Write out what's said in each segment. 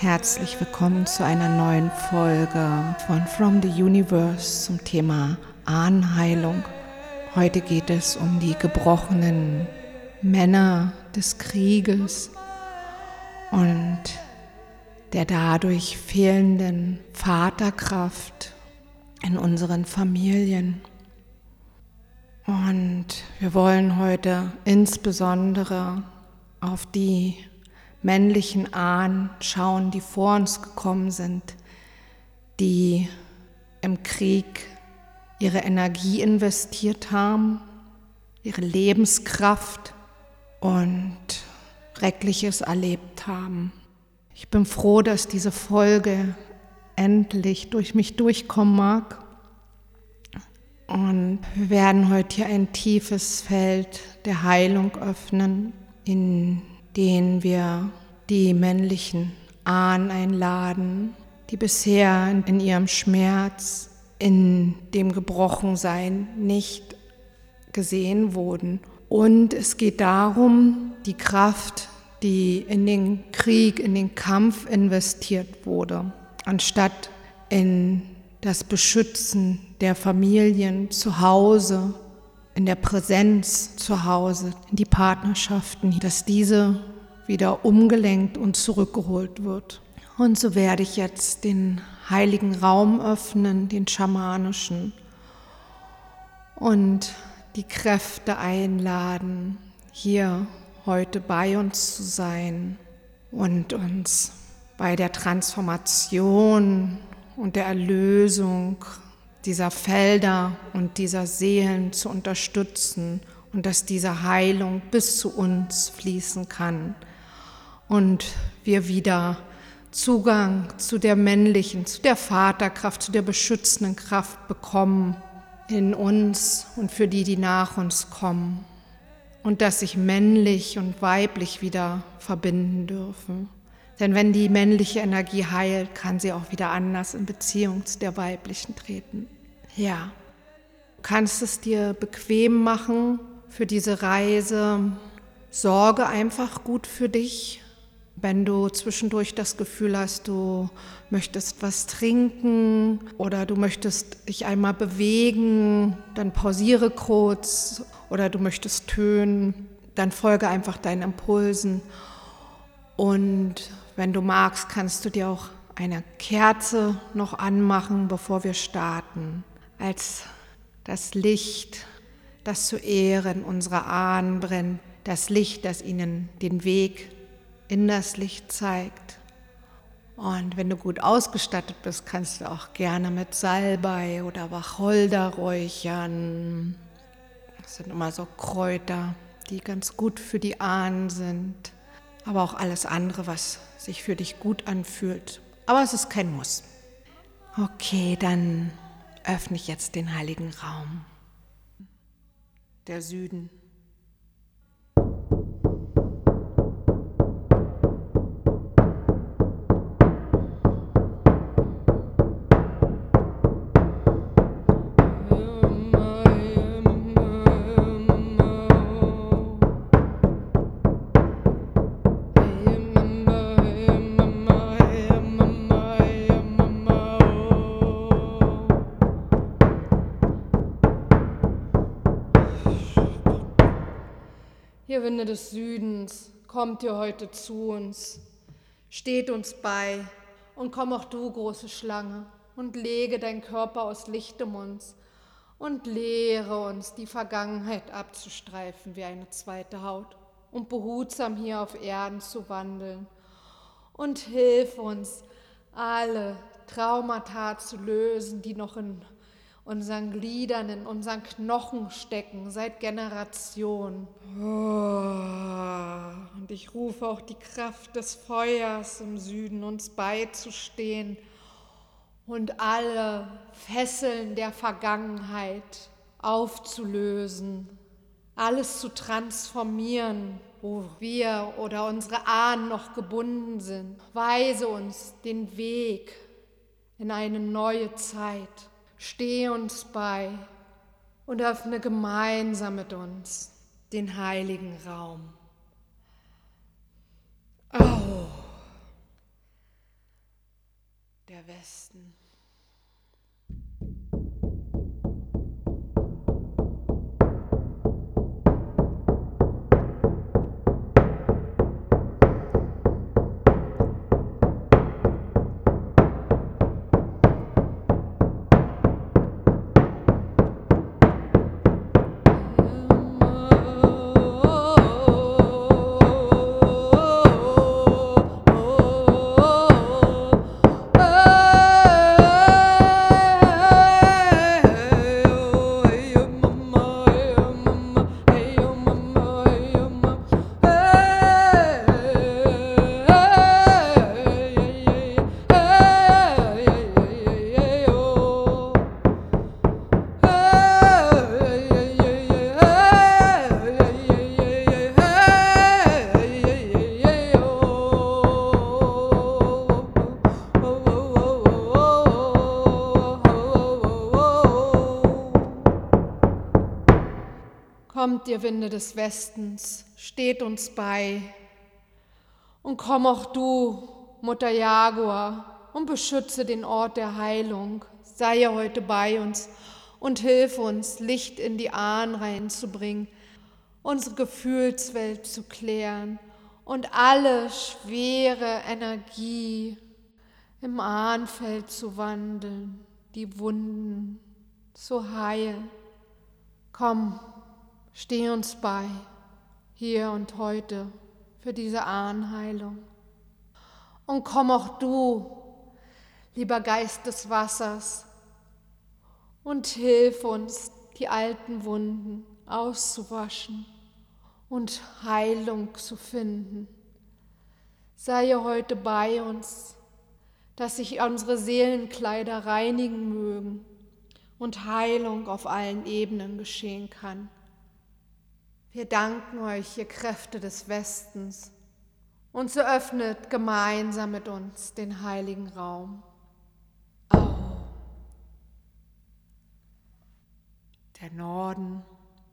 Herzlich willkommen zu einer neuen Folge von From the Universe zum Thema Ahnenheilung. Heute geht es um die gebrochenen Männer des Krieges und der dadurch fehlenden Vaterkraft in unseren Familien. Und wir wollen heute insbesondere auf die männlichen Ahnen schauen, die vor uns gekommen sind, die im Krieg ihre Energie investiert haben, ihre Lebenskraft und Schreckliches erlebt haben. Ich bin froh, dass diese Folge endlich durch mich durchkommen mag. Und wir werden heute hier ein tiefes Feld der Heilung öffnen, in den wir die männlichen Ahnen einladen, die bisher in ihrem Schmerz, in dem Gebrochensein nicht gesehen wurden. Und es geht darum, die Kraft, die in den Krieg, in den Kampf investiert wurde, anstatt in das Beschützen der Familien zu Hause, in der Präsenz zu Hause, in die Partnerschaften, dass diese wieder umgelenkt und zurückgeholt wird. Und so werde ich jetzt den heiligen Raum öffnen, den schamanischen, und die Kräfte einladen, hier heute bei uns zu sein und uns bei der Transformation und der Erlösung dieser Felder und dieser Seelen zu unterstützen und dass diese Heilung bis zu uns fließen kann und wir wieder Zugang zu der männlichen, zu der Vaterkraft, zu der beschützenden Kraft bekommen in uns und für die, die nach uns kommen, und dass sich männlich und weiblich wieder verbinden dürfen. Denn wenn die männliche Energie heilt, kann sie auch wieder anders in Beziehung zu der weiblichen treten. Ja, du kannst es dir bequem machen für diese Reise. Sorge einfach gut für dich. Wenn du zwischendurch das Gefühl hast, du möchtest was trinken oder du möchtest dich einmal bewegen, dann pausiere kurz, oder du möchtest tönen, dann folge einfach deinen Impulsen. Und wenn du magst, kannst du dir auch eine Kerze noch anmachen, bevor wir starten, als das Licht, das zu Ehren unserer Ahnen brennt, das Licht, das ihnen den Weg in das Licht zeigt. Und wenn du gut ausgestattet bist, kannst du auch gerne mit Salbei oder Wacholder räuchern. Das sind immer so Kräuter, die ganz gut für die Ahnen sind, aber auch alles andere, was sich für dich gut anfühlt. Aber es ist kein Muss. Okay, dann öffne ich jetzt den heiligen Raum. Der Süden. Ihr Winde des Südens, kommt ihr heute zu uns, steht uns bei, und komm auch du, große Schlange, und lege dein Körper aus Licht um uns und lehre uns, die Vergangenheit abzustreifen wie eine zweite Haut und behutsam hier auf Erden zu wandeln. Und hilf uns, alle Traumata zu lösen, die noch in unseren Gliedern, in unseren Knochen stecken, seit Generationen. Und ich rufe auch die Kraft des Feuers im Süden, uns beizustehen und alle Fesseln der Vergangenheit aufzulösen, alles zu transformieren, wo wir oder unsere Ahnen noch gebunden sind. Weise uns den Weg in eine neue Zeit. Stehe uns bei und öffne gemeinsam mit uns den heiligen Raum. Oh. der Westen. Kommt, ihr Winde des Westens, steht uns bei. Und komm auch du, Mutter Jaguar, und beschütze den Ort der Heilung. Sei ja heute bei uns und hilf uns, Licht in die Ahnen reinzubringen, unsere Gefühlswelt zu klären und alle schwere Energie im Ahnenfeld zu wandeln, die Wunden zu heilen. Komm, steh uns bei, hier und heute, für diese Ahnenheilung. Und komm auch du, lieber Geist des Wassers, und hilf uns, die alten Wunden auszuwaschen und Heilung zu finden. Sei heute bei uns, dass sich unsere Seelenkleider reinigen mögen und Heilung auf allen Ebenen geschehen kann. Wir danken euch, ihr Kräfte des Westens, und so öffnet gemeinsam mit uns den heiligen Raum. Au. Der Norden.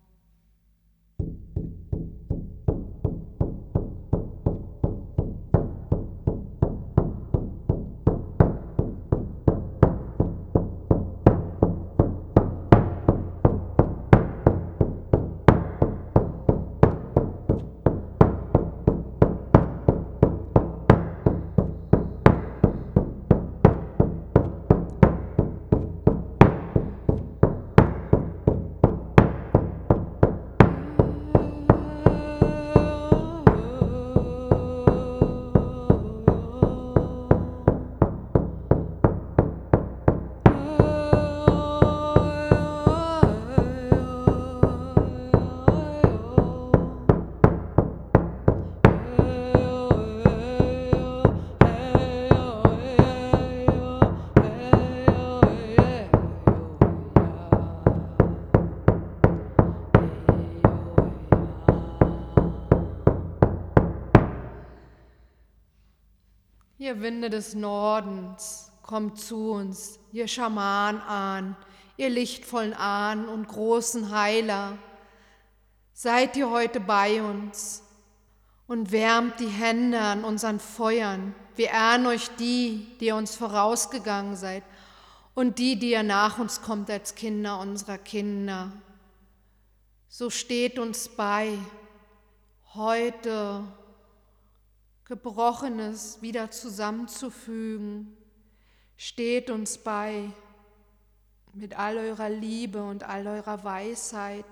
Ihr Winde des Nordens, kommt zu uns, ihr Schaman-Ahnen, ihr lichtvollen Ahnen und großen Heiler. Seid ihr heute bei uns und wärmt die Hände an unseren Feuern. Wir ehren euch die ihr uns vorausgegangen seid und die ihr nach uns kommt als Kinder unserer Kinder. So steht uns bei, heute Gebrochenes wieder zusammenzufügen, steht uns bei mit all eurer Liebe und all eurer Weisheit,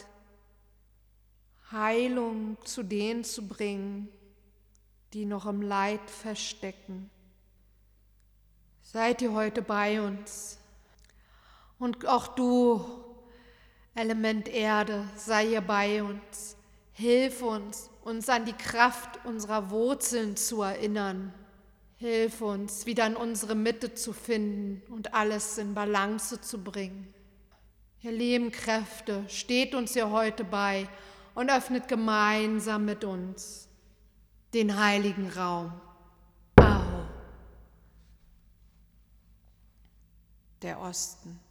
Heilung zu denen zu bringen, die noch im Leid feststecken. Seid ihr heute bei uns? Und auch du, Element Erde, sei ihr bei uns. Hilf uns, uns an die Kraft unserer Wurzeln zu erinnern. Hilf uns, wieder in unsere Mitte zu finden und alles in Balance zu bringen. Ihr lieben Kräfte, steht uns hier heute bei und öffnet gemeinsam mit uns den heiligen Raum. Au. Der Osten.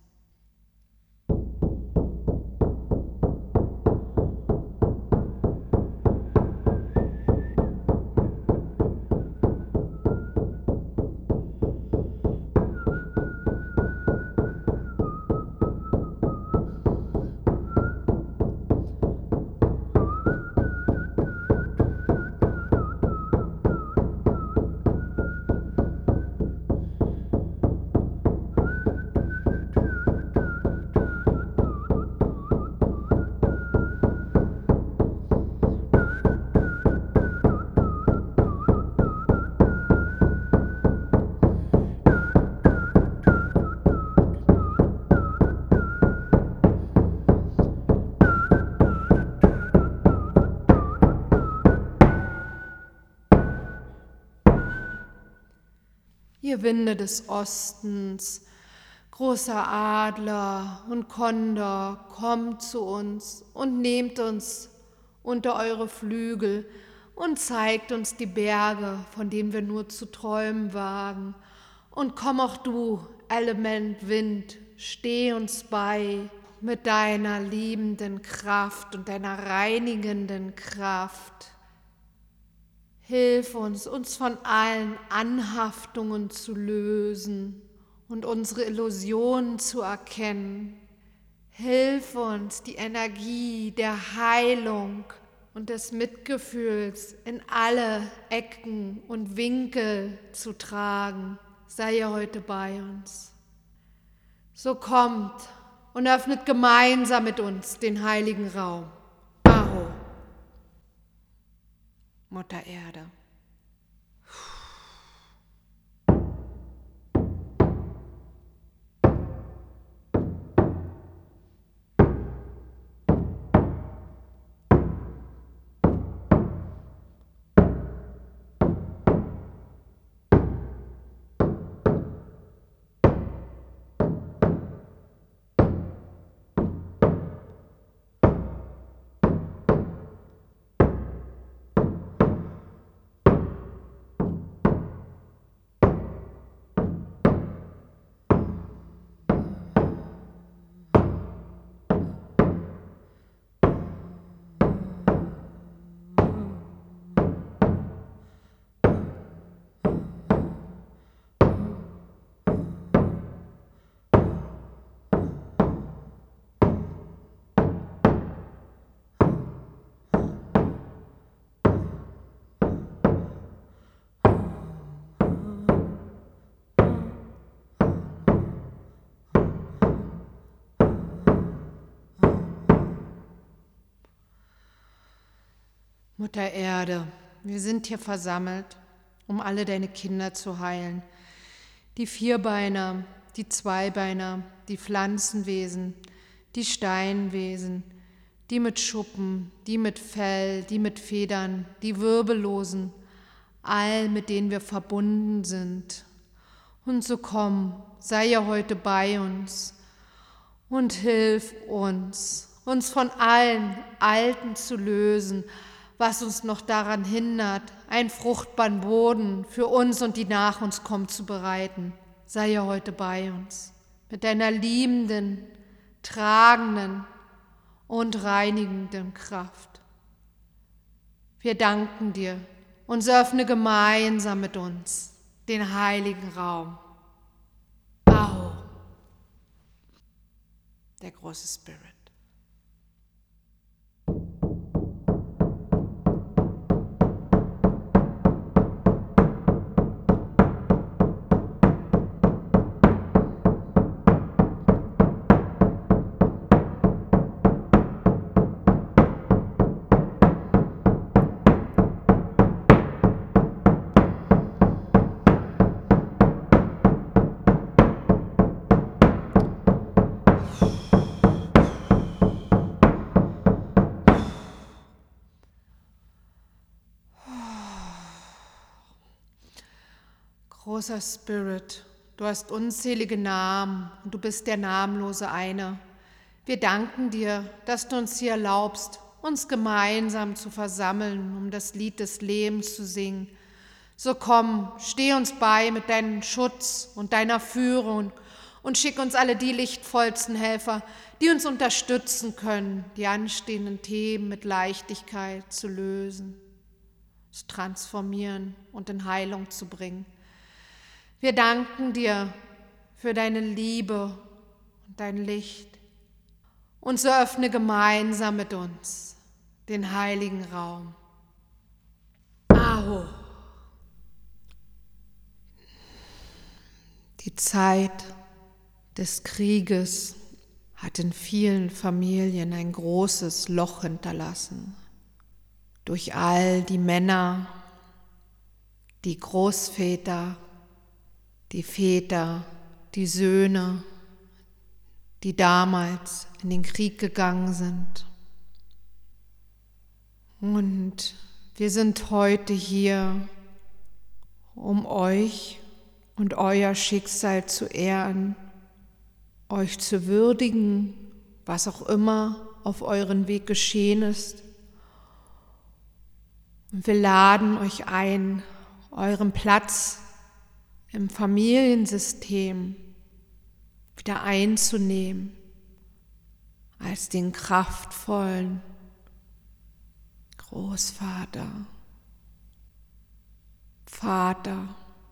ihr Winde des Ostens, großer Adler und Kondor, kommt zu uns und nehmt uns unter eure Flügel und zeigt uns die Berge, von denen wir nur zu träumen wagen. Und komm auch du, Element Wind, steh uns bei mit deiner liebenden Kraft und deiner reinigenden Kraft. Hilf uns, uns von allen Anhaftungen zu lösen und unsere Illusionen zu erkennen. Hilf uns, die Energie der Heilung und des Mitgefühls in alle Ecken und Winkel zu tragen. Sei ihr heute bei uns. So kommt und öffnet gemeinsam mit uns den heiligen Raum. Aho, Mutter Erde. Mutter Erde, wir sind hier versammelt, um alle deine Kinder zu heilen. Die Vierbeiner, die Zweibeiner, die Pflanzenwesen, die Steinwesen, die mit Schuppen, die mit Fell, die mit Federn, die Wirbellosen, all mit denen wir verbunden sind. Und so komm, sei ja heute bei uns und hilf uns, uns von allen Alten zu lösen, was uns noch daran hindert, einen fruchtbaren Boden für uns und die nach uns kommen zu bereiten. Sei ja heute bei uns mit deiner liebenden, tragenden und reinigenden Kraft. Wir danken dir und öffne gemeinsam mit uns den heiligen Raum. Aho, der große Spirit. Großer Spirit, du hast unzählige Namen und du bist der namenlose Eine. Wir danken dir, dass du uns hier erlaubst, uns gemeinsam zu versammeln, um das Lied des Lebens zu singen. So komm, steh uns bei mit deinem Schutz und deiner Führung und schick uns alle die lichtvollsten Helfer, die uns unterstützen können, die anstehenden Themen mit Leichtigkeit zu lösen, zu transformieren und in Heilung zu bringen. Wir danken dir für deine Liebe und dein Licht. Und so öffne gemeinsam mit uns den heiligen Raum. Aho. Die Zeit des Krieges hat in vielen Familien ein großes Loch hinterlassen. Durch all die Männer, die Großväter, die Väter, die Söhne, die damals in den Krieg gegangen sind. Und wir sind heute hier, um euch und euer Schicksal zu ehren, euch zu würdigen, was auch immer auf euren Weg geschehen ist. Und wir laden euch ein, euren Platz im Familiensystem wieder einzunehmen, als den kraftvollen Großvater, Vater,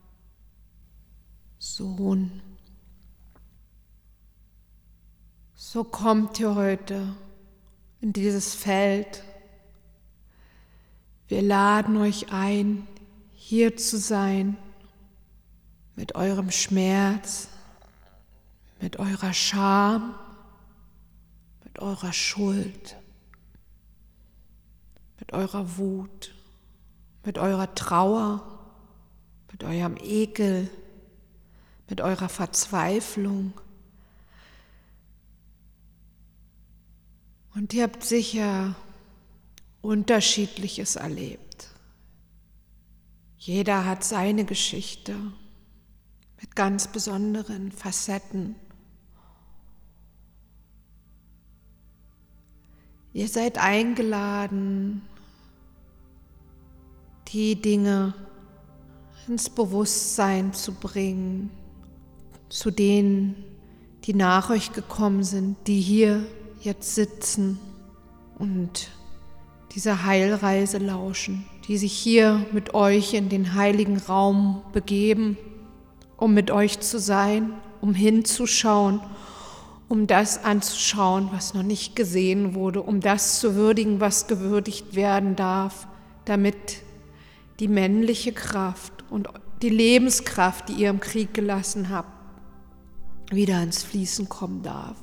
Sohn. So kommt ihr heute in dieses Feld. Wir laden euch ein, hier zu sein, mit eurem Schmerz, mit eurer Scham, mit eurer Schuld, mit eurer Wut, mit eurer Trauer, mit eurem Ekel, mit eurer Verzweiflung. Und ihr habt sicher Unterschiedliches erlebt. Jeder hat seine Geschichte mit ganz besonderen Facetten. Ihr seid eingeladen, die Dinge ins Bewusstsein zu bringen, zu denen, die nach euch gekommen sind, die hier jetzt sitzen und dieser Heilreise lauschen, die sich hier mit euch in den heiligen Raum begeben, um mit euch zu sein, um hinzuschauen, um das anzuschauen, was noch nicht gesehen wurde, um das zu würdigen, was gewürdigt werden darf, damit die männliche Kraft und die Lebenskraft, die ihr im Krieg gelassen habt, wieder ins Fließen kommen darf.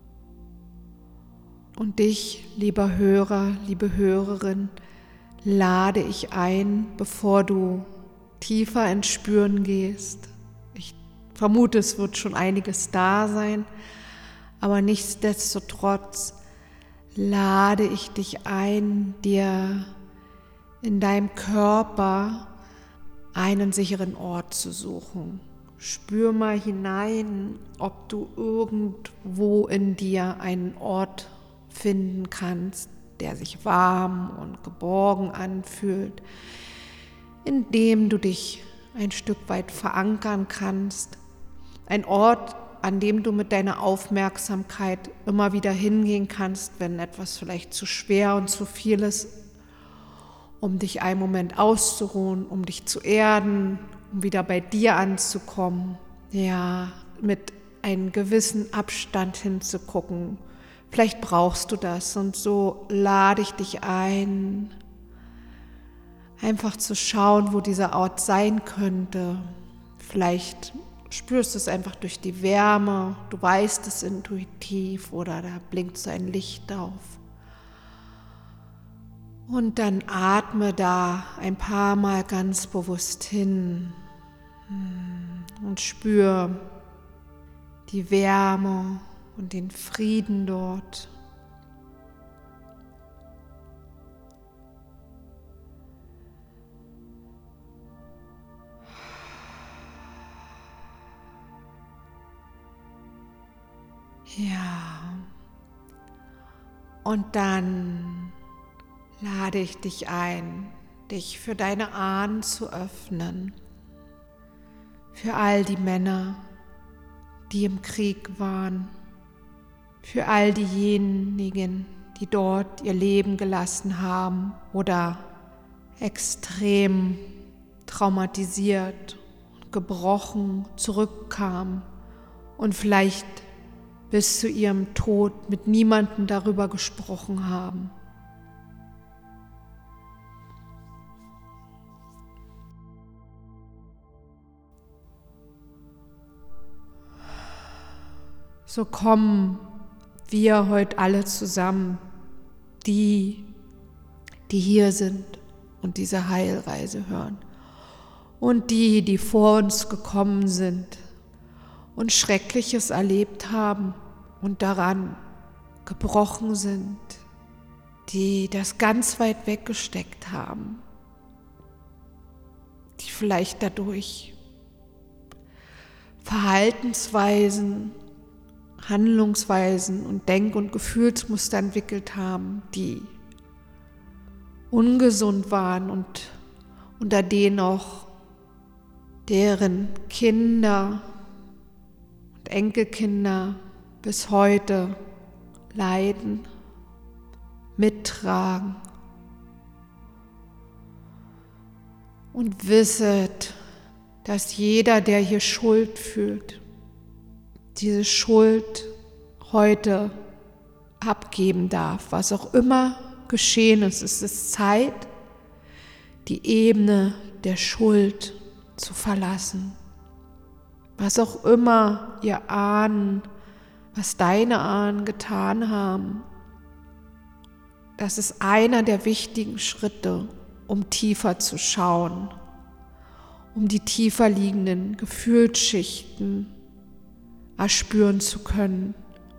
Und dich, lieber Hörer, liebe Hörerin, lade ich ein, bevor du tiefer ins Spüren gehst. Ich vermute, es wird schon einiges da sein, aber nichtsdestotrotz lade ich dich ein, dir in deinem Körper einen sicheren Ort zu suchen. Spür mal hinein, ob du irgendwo in dir einen Ort finden kannst, der sich warm und geborgen anfühlt, in dem du dich ein Stück weit verankern kannst. Ein Ort, an dem du mit deiner Aufmerksamkeit immer wieder hingehen kannst, wenn etwas vielleicht zu schwer und zu viel ist, um dich einen Moment auszuruhen, um dich zu erden, um wieder bei dir anzukommen, ja, mit einem gewissen Abstand hinzugucken. Vielleicht brauchst du das und so lade ich dich ein, einfach zu schauen, wo dieser Ort sein könnte. Vielleicht spürst du es einfach durch die Wärme, du weißt es intuitiv oder da blinkt so ein Licht auf. Und dann atme da ein paar Mal ganz bewusst hin und spür die Wärme und den Frieden dort. Ja, und dann lade ich dich ein, dich für deine Ahnen zu öffnen, für all die Männer, die im Krieg waren, für all diejenigen, die dort ihr Leben gelassen haben oder extrem traumatisiert, gebrochen zurückkamen und vielleicht bis zu ihrem Tod mit niemandem darüber gesprochen haben. So kommen wir heute alle zusammen, die hier sind und diese Heilreise hören und die vor uns gekommen sind und Schreckliches erlebt haben und daran gebrochen sind, die das ganz weit weggesteckt haben, die vielleicht dadurch Verhaltensweisen, Handlungsweisen und Denk- und Gefühlsmuster entwickelt haben, die ungesund waren und unter denen auch deren Kinder und Enkelkinder bis heute leiden, mittragen. Und wisset, dass jeder, der hier Schuld fühlt, diese Schuld heute abgeben darf. Was auch immer geschehen ist, es ist Zeit, die Ebene der Schuld zu verlassen. Was auch immer ihr Ahnen, was deine Ahnen getan haben, das ist einer der wichtigen Schritte, um tiefer zu schauen, um die tiefer liegenden Gefühlsschichten erspüren zu können.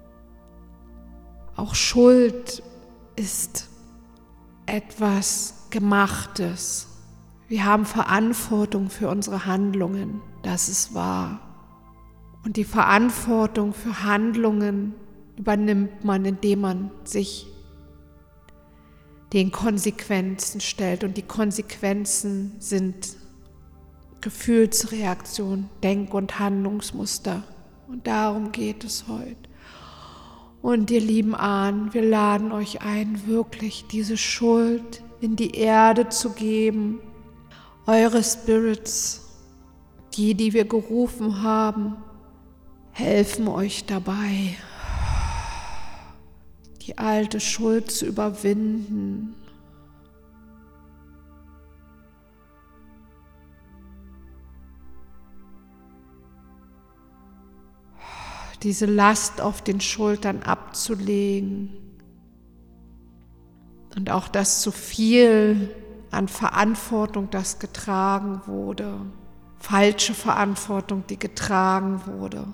Auch Schuld ist etwas Gemachtes. Wir haben Verantwortung für unsere Handlungen, das ist wahr. Und die Verantwortung für Handlungen übernimmt man, indem man sich den Konsequenzen stellt. Und die Konsequenzen sind Gefühlsreaktionen, Denk- und Handlungsmuster. Und darum geht es heute. Und ihr lieben Ahnen, wir laden euch ein, wirklich diese Schuld in die Erde zu geben. Eure Spirits, die wir gerufen haben, helfen euch dabei, die alte Schuld zu überwinden. Diese Last auf den Schultern abzulegen und auch das zu viel an Verantwortung, das getragen wurde, falsche Verantwortung, die getragen wurde.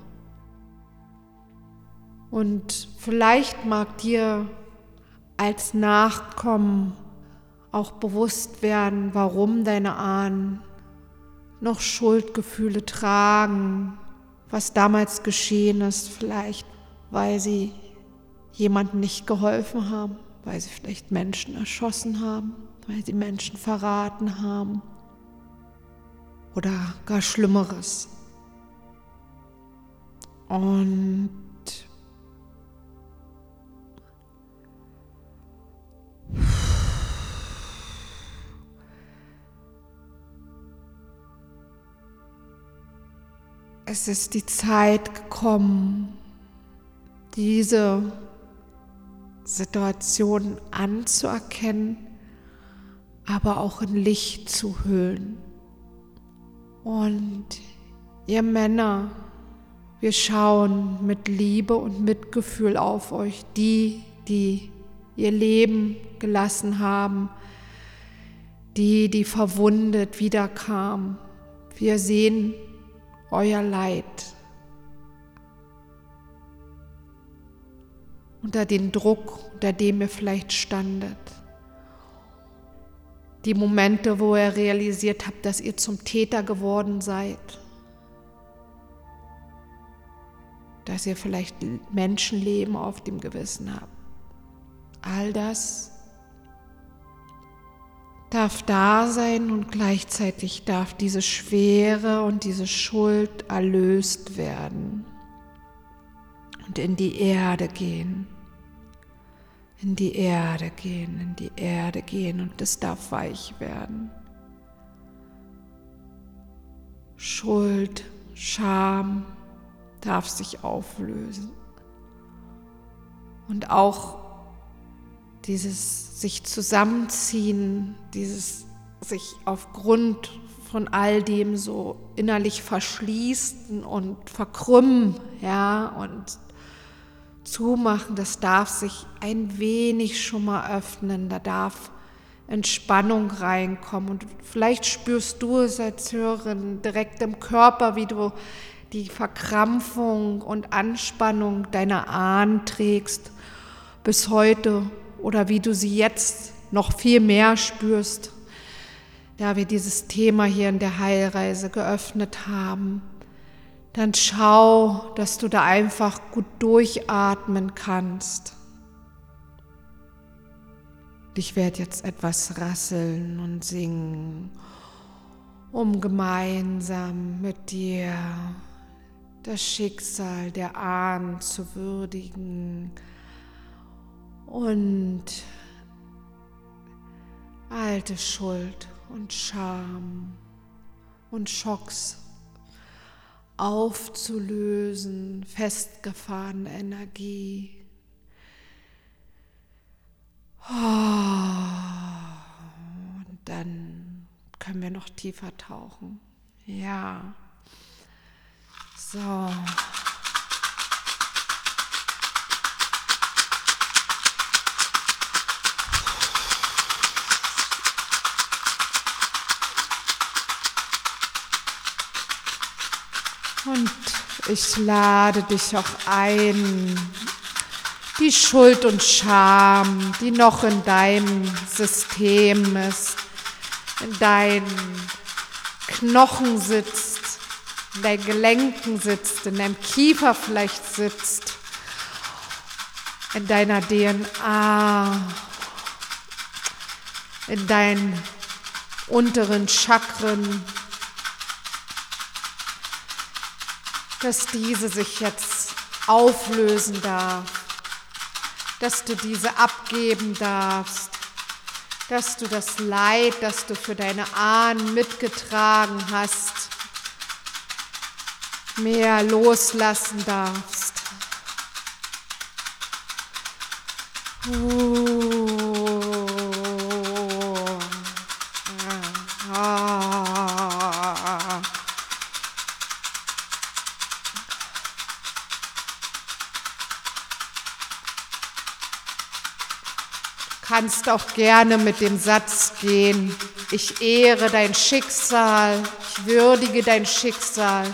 Und vielleicht mag dir als Nachkommen auch bewusst werden, warum deine Ahnen noch Schuldgefühle tragen, was damals geschehen ist, vielleicht weil sie jemandem nicht geholfen haben, weil sie vielleicht Menschen erschossen haben, weil sie Menschen verraten haben oder gar Schlimmeres. Und es ist die Zeit gekommen, diese Situation anzuerkennen, aber auch in Licht zu hüllen. Und ihr Männer, wir schauen mit Liebe und Mitgefühl auf euch, die ihr Leben gelassen haben, die verwundet wiederkamen. Wir sehen euer Leid. Unter den Druck, unter dem ihr vielleicht standet. Die Momente, wo ihr realisiert habt, dass ihr zum Täter geworden seid. Dass ihr vielleicht Menschenleben auf dem Gewissen habt. All das darf da sein und gleichzeitig darf diese Schwere und diese Schuld erlöst werden und in die Erde gehen. In die Erde gehen, in die Erde gehen und es darf weich werden. Schuld, Scham darf sich auflösen. Und auch dieses sich zusammenziehen, dieses sich aufgrund von all dem so innerlich verschließen und verkrümmen, ja, und zumachen, das darf sich ein wenig schon mal öffnen, da darf Entspannung reinkommen und vielleicht spürst du es als Hörerin direkt im Körper, wie du die Verkrampfung und Anspannung deiner Ahnen trägst bis heute oder wie du sie jetzt noch viel mehr spürst, da wir dieses Thema hier in der Heilreise geöffnet haben, dann schau, dass du da einfach gut durchatmen kannst. Ich werde jetzt etwas rasseln und singen, um gemeinsam mit dir das Schicksal der Ahnen zu würdigen und alte Schuld und Scham und Schocks aufzulösen, festgefahrene Energie. Und dann können wir noch tiefer tauchen. Ja. So. Und ich lade dich auch ein, die Schuld und Scham, die noch in deinem System ist, in deinen Knochen sitzt, in deinen Gelenken sitzt, in deinem Kiefer vielleicht sitzt, in deiner DNA, in deinen unteren Chakren, dass diese sich jetzt auflösen darf, dass du diese abgeben darfst, dass du das Leid, das du für deine Ahnen mitgetragen hast, mehr loslassen darfst. Kannst auch gerne mit dem Satz gehen: Ich ehre dein Schicksal, ich würdige dein Schicksal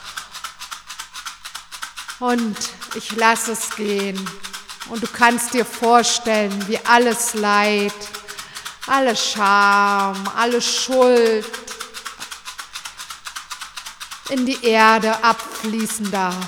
und ich lasse es gehen. Und du kannst dir vorstellen, wie alles Leid, alle Scham, alle Schuld in die Erde abfließen darf.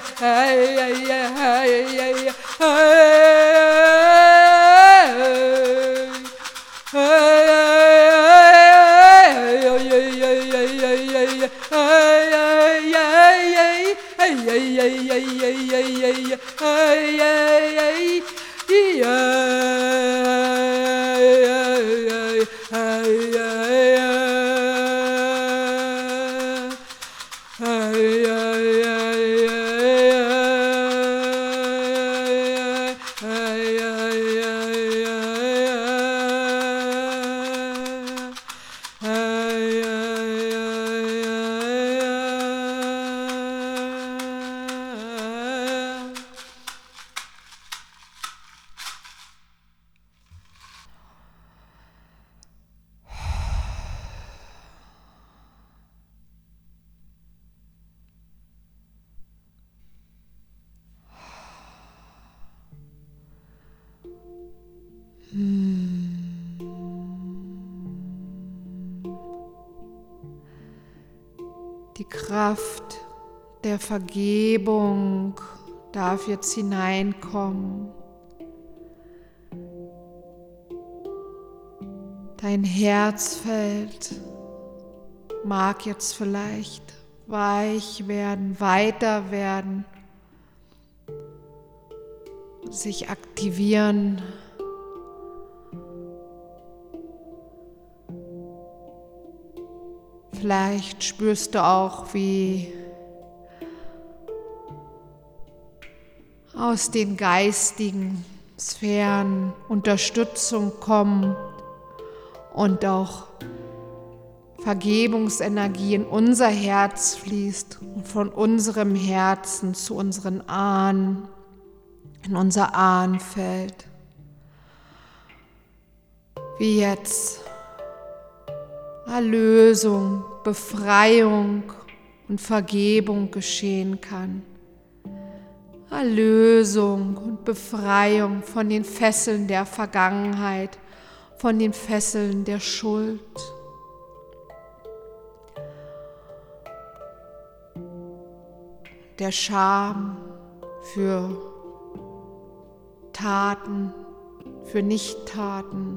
Die Kraft der Vergebung darf jetzt hineinkommen. Dein Herzfeld mag jetzt vielleicht weich werden, weiter werden, sich aktivieren. Vielleicht spürst du auch, wie aus den geistigen Sphären Unterstützung kommt und auch Vergebungsenergie in unser Herz fließt und von unserem Herzen zu unseren Ahnen, in unser Ahnenfeld. Wie jetzt Erlösung, Befreiung und Vergebung geschehen kann. Erlösung und Befreiung von den Fesseln der Vergangenheit, von den Fesseln der Schuld. Der Scham für Taten, für Nichttaten.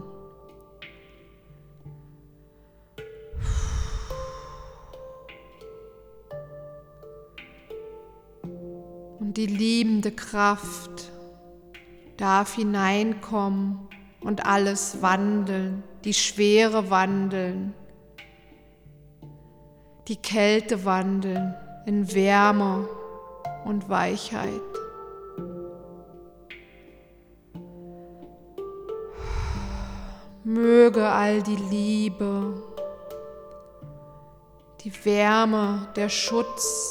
Und die liebende Kraft darf hineinkommen und alles wandeln, die Schwere wandeln, die Kälte wandeln in Wärme und Weichheit. Möge all die Liebe, die Wärme, der Schutz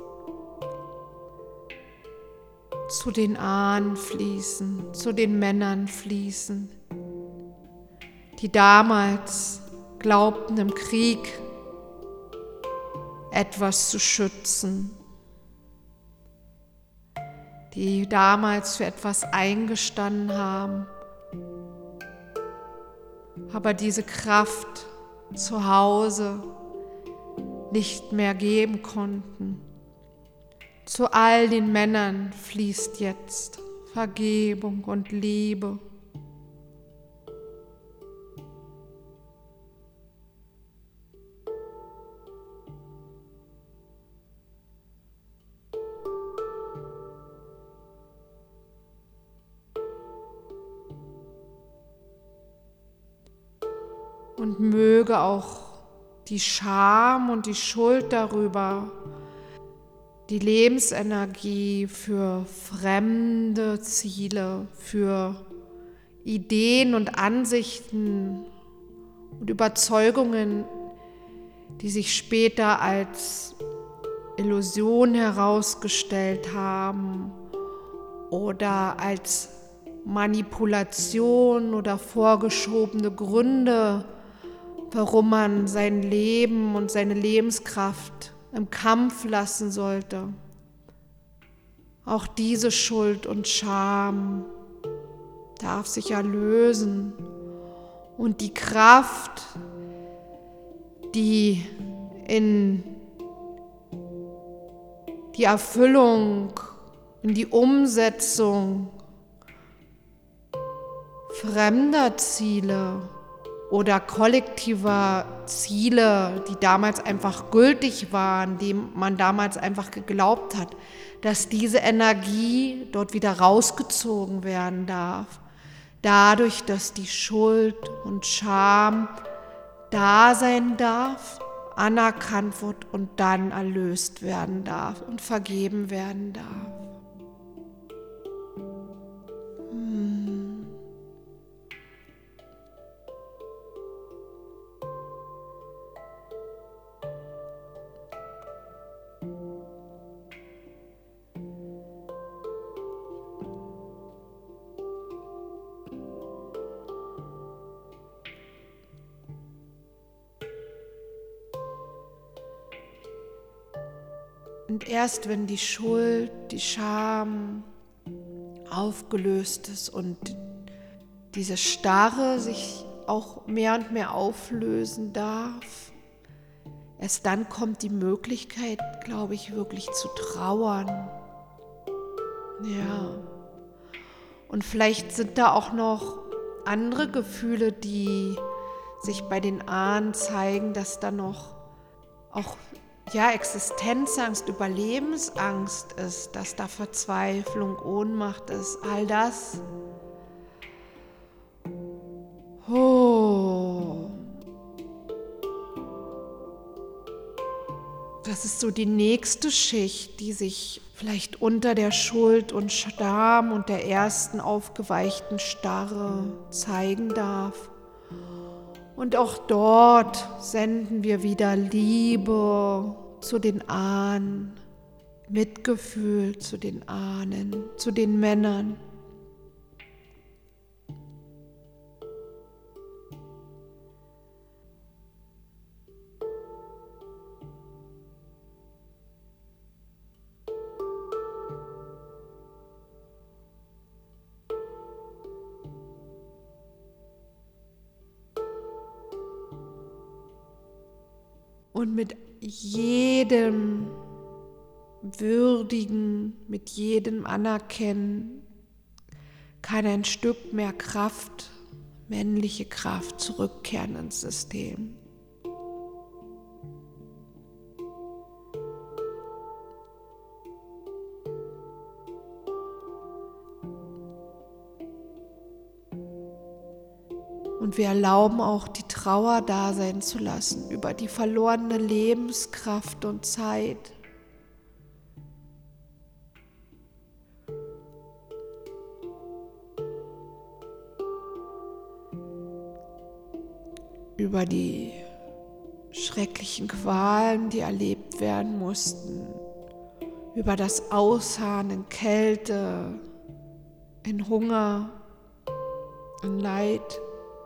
zu den Ahnen fließen, zu den Männern fließen, die damals glaubten, im Krieg etwas zu schützen, die damals für etwas eingestanden haben, aber diese Kraft zu Hause nicht mehr geben konnten. Zu all den Männern fließt jetzt Vergebung und Liebe. Und möge auch die Scham und die Schuld darüber, die Lebensenergie für fremde Ziele, für Ideen und Ansichten und Überzeugungen, die sich später als Illusion herausgestellt haben oder als Manipulation oder vorgeschobene Gründe, warum man sein Leben und seine Lebenskraft im Kampf lassen sollte. Auch diese Schuld und Scham darf sich erlösen und die Kraft, die in die Erfüllung in die Umsetzung fremder Ziele oder kollektiver Ziele, die damals einfach gültig waren, dem man damals einfach geglaubt hat, dass diese Energie dort wieder rausgezogen werden darf. Dadurch, dass die Schuld und Scham da sein darf, anerkannt wird und dann erlöst werden darf und vergeben werden darf. Und erst wenn die Schuld, die Scham aufgelöst ist und diese Starre sich auch mehr und mehr auflösen darf, erst dann kommt die Möglichkeit, glaube ich, wirklich zu trauern. Ja. Und vielleicht sind da auch noch andere Gefühle, die sich bei den Ahnen zeigen, dass da noch auch Existenzangst, Überlebensangst ist, dass da Verzweiflung, Ohnmacht ist, all das. Das ist so die nächste Schicht, die sich vielleicht unter der Schuld und Scham und der ersten aufgeweichten Starre zeigen darf. Und auch dort senden wir wieder Liebe zu den Ahnen, Mitgefühl zu den Ahnen, zu den Männern. Und mit jedem Würdigen, mit jedem Anerkennen kann ein Stück mehr Kraft, männliche Kraft, zurückkehren ins System. Und wir erlauben auch, die Trauer da sein zu lassen über die verlorene Lebenskraft und Zeit. Über die schrecklichen Qualen, die erlebt werden mussten. Über das Ausharren in Kälte, in Hunger, in Leid.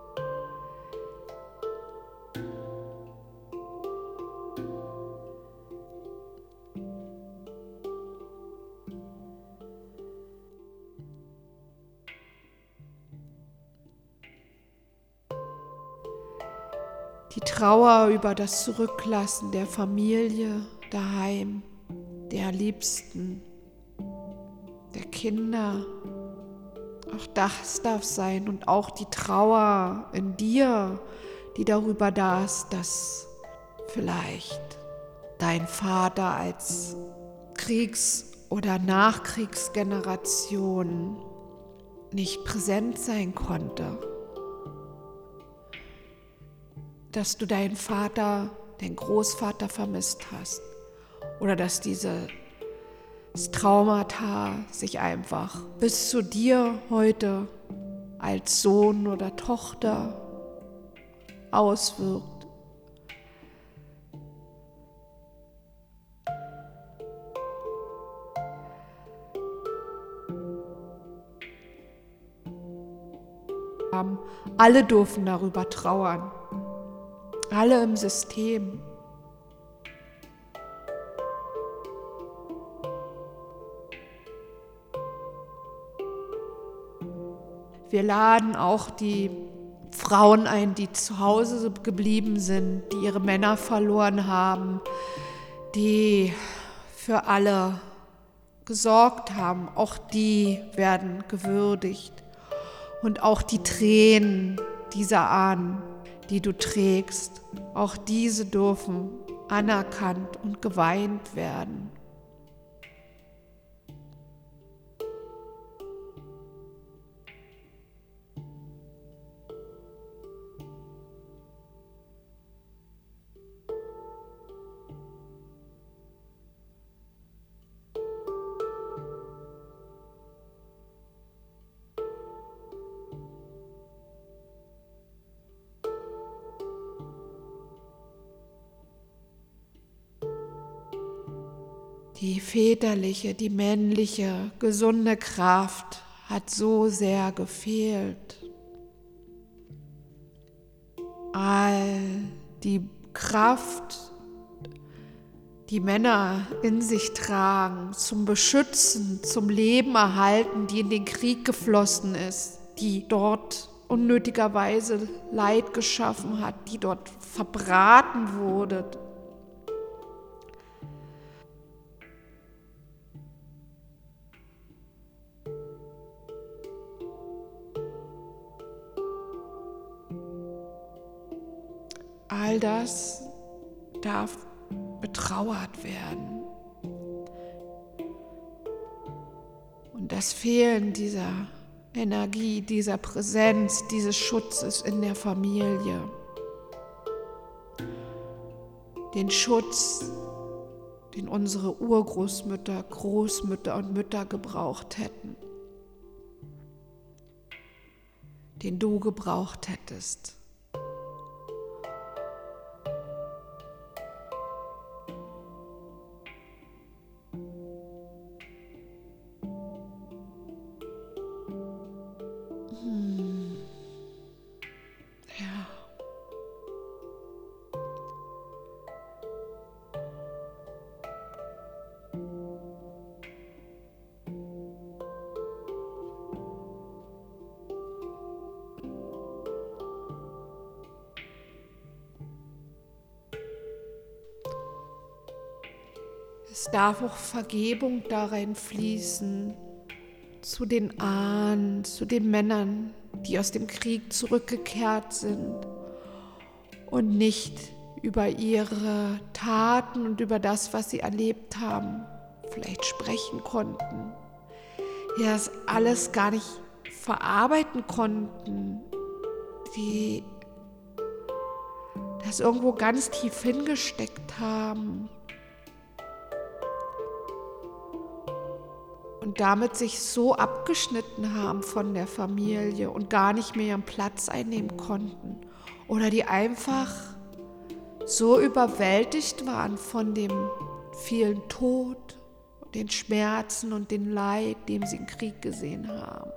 Die Trauer über das Zurücklassen der Familie daheim, der Liebsten, der Kinder. Auch das darf sein und auch die Trauer in dir, die darüber da ist, dass vielleicht dein Vater als Kriegs- oder Nachkriegsgeneration nicht präsent sein konnte. Dass du deinen Vater, deinen Großvater vermisst hast oder dass dieses Traumata sich einfach bis zu dir heute als Sohn oder Tochter auswirkt. Alle dürfen darüber trauern. Alle im System. Wir laden auch die Frauen ein, die zu Hause geblieben sind, die ihre Männer verloren haben, die für alle gesorgt haben, auch die werden gewürdigt. Und auch die Tränen dieser Ahnen, die du trägst, auch diese dürfen anerkannt und geweint werden. Die väterliche, die männliche, gesunde Kraft hat so sehr gefehlt. All die Kraft, die Männer in sich tragen, zum Beschützen, zum Leben erhalten, die in den Krieg geflossen ist, die dort unnötigerweise Leid geschaffen hat, die dort verbraten wurde. All das darf betrauert werden. Und das Fehlen dieser Energie, dieser Präsenz, dieses Schutzes in der Familie, den Schutz, den unsere Urgroßmütter, Großmütter und Mütter gebraucht hätten, den du gebraucht hättest. Ja. Es darf auch Vergebung darin fließen, zu den Ahnen, zu den Männern, die aus dem Krieg zurückgekehrt sind und nicht über ihre Taten und über das, was sie erlebt haben, vielleicht sprechen konnten. Die das alles gar nicht verarbeiten konnten, die das irgendwo ganz tief hingesteckt haben. Und damit sich so abgeschnitten haben von der Familie und gar nicht mehr ihren Platz einnehmen konnten. Oder die einfach so überwältigt waren von dem vielen Tod, den Schmerzen und den Leid, dem sie im Krieg gesehen haben.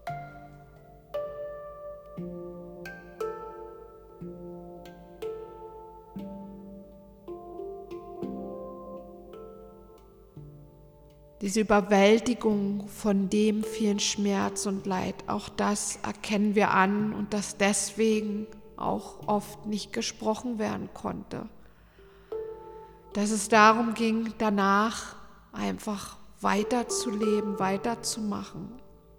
Diese Überwältigung von dem vielen Schmerz und Leid, auch das erkennen wir an und dass deswegen auch oft nicht gesprochen werden konnte. Dass es darum ging, danach einfach weiterzuleben, weiterzumachen.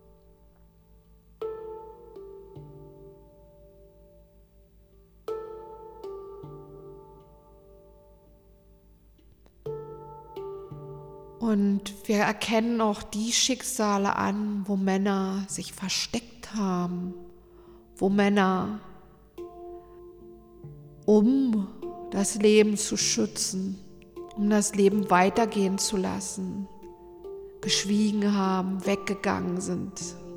Und wir erkennen auch die Schicksale an, wo Männer sich versteckt haben, wo Männer, um das Leben zu schützen, um das Leben weitergehen zu lassen, geschwiegen haben, weggegangen sind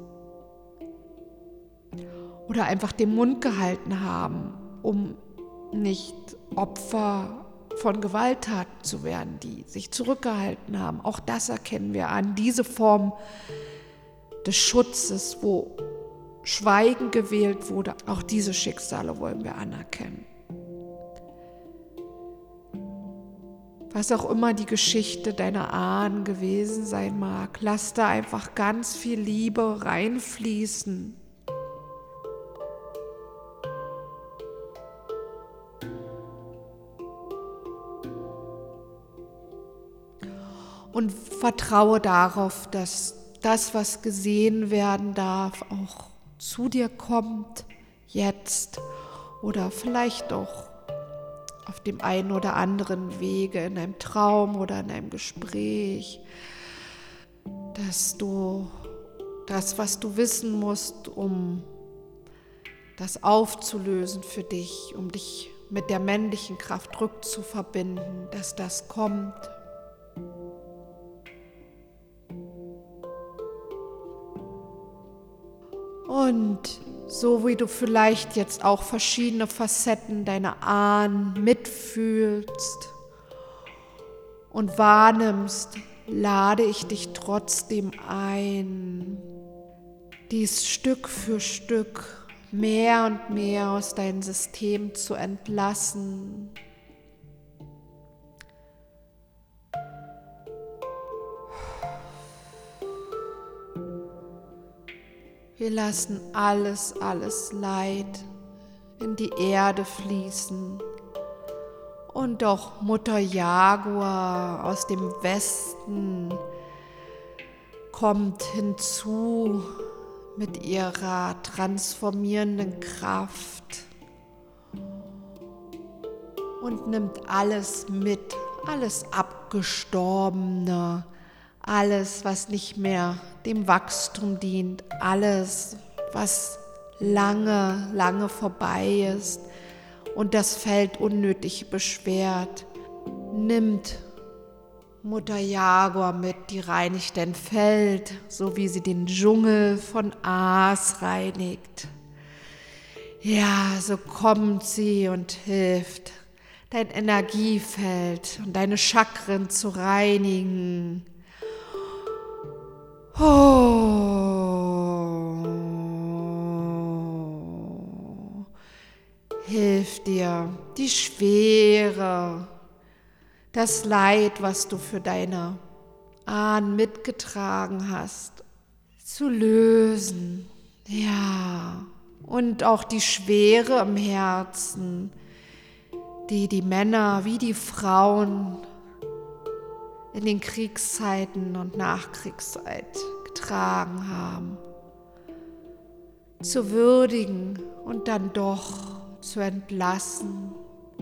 oder einfach den Mund gehalten haben, um nicht Opfer von Gewalttaten zu werden, die sich zurückgehalten haben. Auch das erkennen wir an, diese Form des Schutzes, wo Schweigen gewählt wurde, auch diese Schicksale wollen wir anerkennen. Was auch immer die Geschichte deiner Ahnen gewesen sein mag, lass da einfach ganz viel Liebe reinfließen. Und vertraue darauf, dass das, was gesehen werden darf, auch zu dir kommt, jetzt oder vielleicht auch auf dem einen oder anderen Wege, in einem Traum oder in einem Gespräch, dass du das, was du wissen musst, um das aufzulösen für dich, um dich mit der männlichen Kraft rückzuverbinden, dass das kommt. Und so wie du vielleicht jetzt auch verschiedene Facetten deiner Ahnen mitfühlst und wahrnimmst, lade ich dich trotzdem ein, dies Stück für Stück mehr und mehr aus deinem System zu entlassen. Wir lassen alles Leid in die Erde fließen. Und auch Mutter Jaguar aus dem Westen kommt hinzu mit ihrer transformierenden Kraft und nimmt alles mit, alles Abgestorbene, alles, was nicht mehr dem Wachstum dient, alles, was lange vorbei ist und das Feld unnötig beschwert, nimmt Mutter Jaguar mit, die reinigt dein Feld, so wie sie den Dschungel von Aas reinigt. Ja, so kommt sie und hilft, dein Energiefeld und deine Chakren zu reinigen. Hilf dir, die Schwere, das Leid, was du für deine Ahnen mitgetragen hast, zu lösen. Ja, und auch die Schwere im Herzen, die die Männer wie die Frauen in den Kriegszeiten und Nachkriegszeit getragen haben, zu würdigen und dann doch zu entlassen.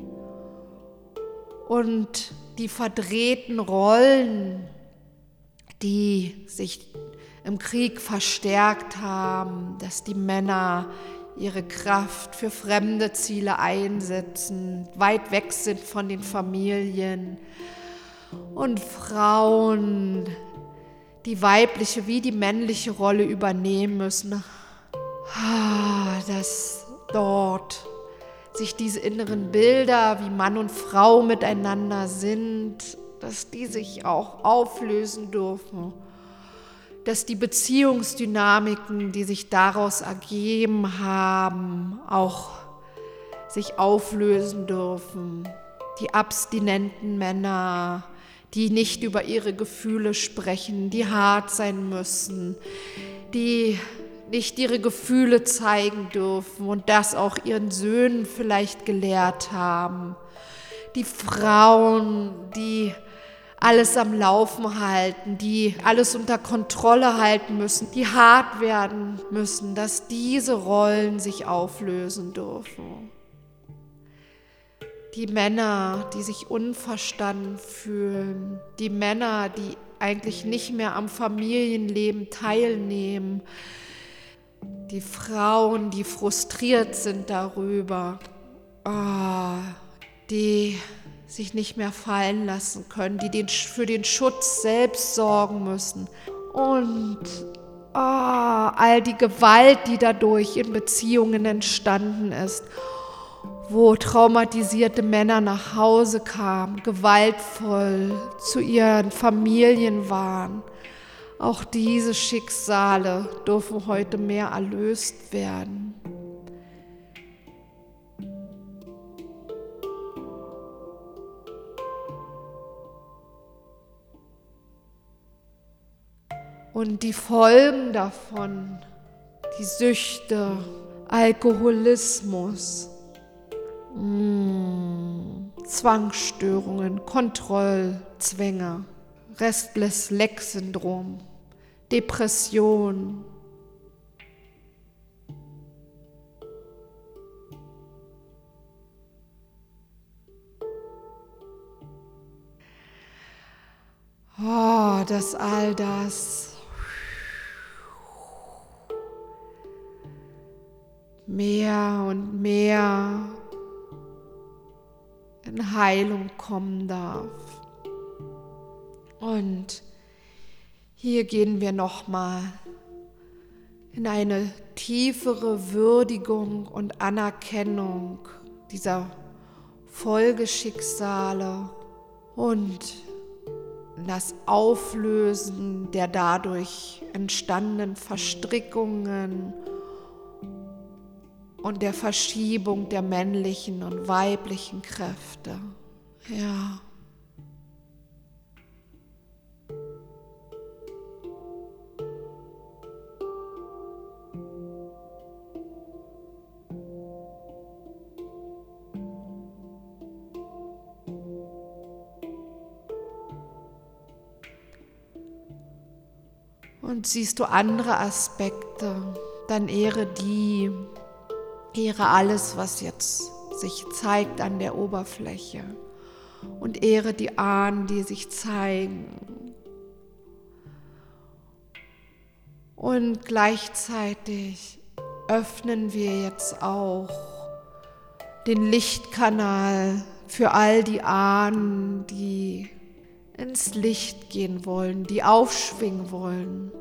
Und die verdrehten Rollen, die sich im Krieg verstärkt haben, dass die Männer ihre Kraft für fremde Ziele einsetzen, weit weg sind von den Familien, und Frauen die weibliche wie die männliche Rolle übernehmen müssen, dass dort sich diese inneren Bilder, wie Mann und Frau miteinander sind, dass die sich auch auflösen dürfen, dass die Beziehungsdynamiken, die sich daraus ergeben haben, auch sich auflösen dürfen. Die abstinenten Männer, die nicht über ihre Gefühle sprechen, die hart sein müssen, die nicht ihre Gefühle zeigen dürfen und das auch ihren Söhnen vielleicht gelehrt haben. Die Frauen, die alles am Laufen halten, die alles unter Kontrolle halten müssen, die hart werden müssen, dass diese Rollen sich auflösen dürfen. Die Männer, die sich unverstanden fühlen, die Männer, die eigentlich nicht mehr am Familienleben teilnehmen, die Frauen, die frustriert sind darüber, die sich nicht mehr fallen lassen können, die für den Schutz selbst sorgen müssen und all die Gewalt, die dadurch in Beziehungen entstanden ist, wo traumatisierte Männer nach Hause kamen, gewaltvoll zu ihren Familien waren. Auch diese Schicksale dürfen heute mehr erlöst werden. Und die Folgen davon, die Süchte, Alkoholismus, Zwangsstörungen, Kontrollzwänge, Restless-Leg-Syndrom, Depression. Dass all das mehr und mehr in Heilung kommen darf. Und hier gehen wir nochmal in eine tiefere Würdigung und Anerkennung dieser Folgeschicksale und das Auflösen der dadurch entstandenen Verstrickungen und der Verschiebung der männlichen und weiblichen Kräfte. Ja. Und siehst du andere Aspekte, dann ehre die, ehre alles, was jetzt sich zeigt an der Oberfläche und ehre die Ahnen, die sich zeigen. Und gleichzeitig öffnen wir jetzt auch den Lichtkanal für all die Ahnen, die ins Licht gehen wollen, die aufschwingen wollen.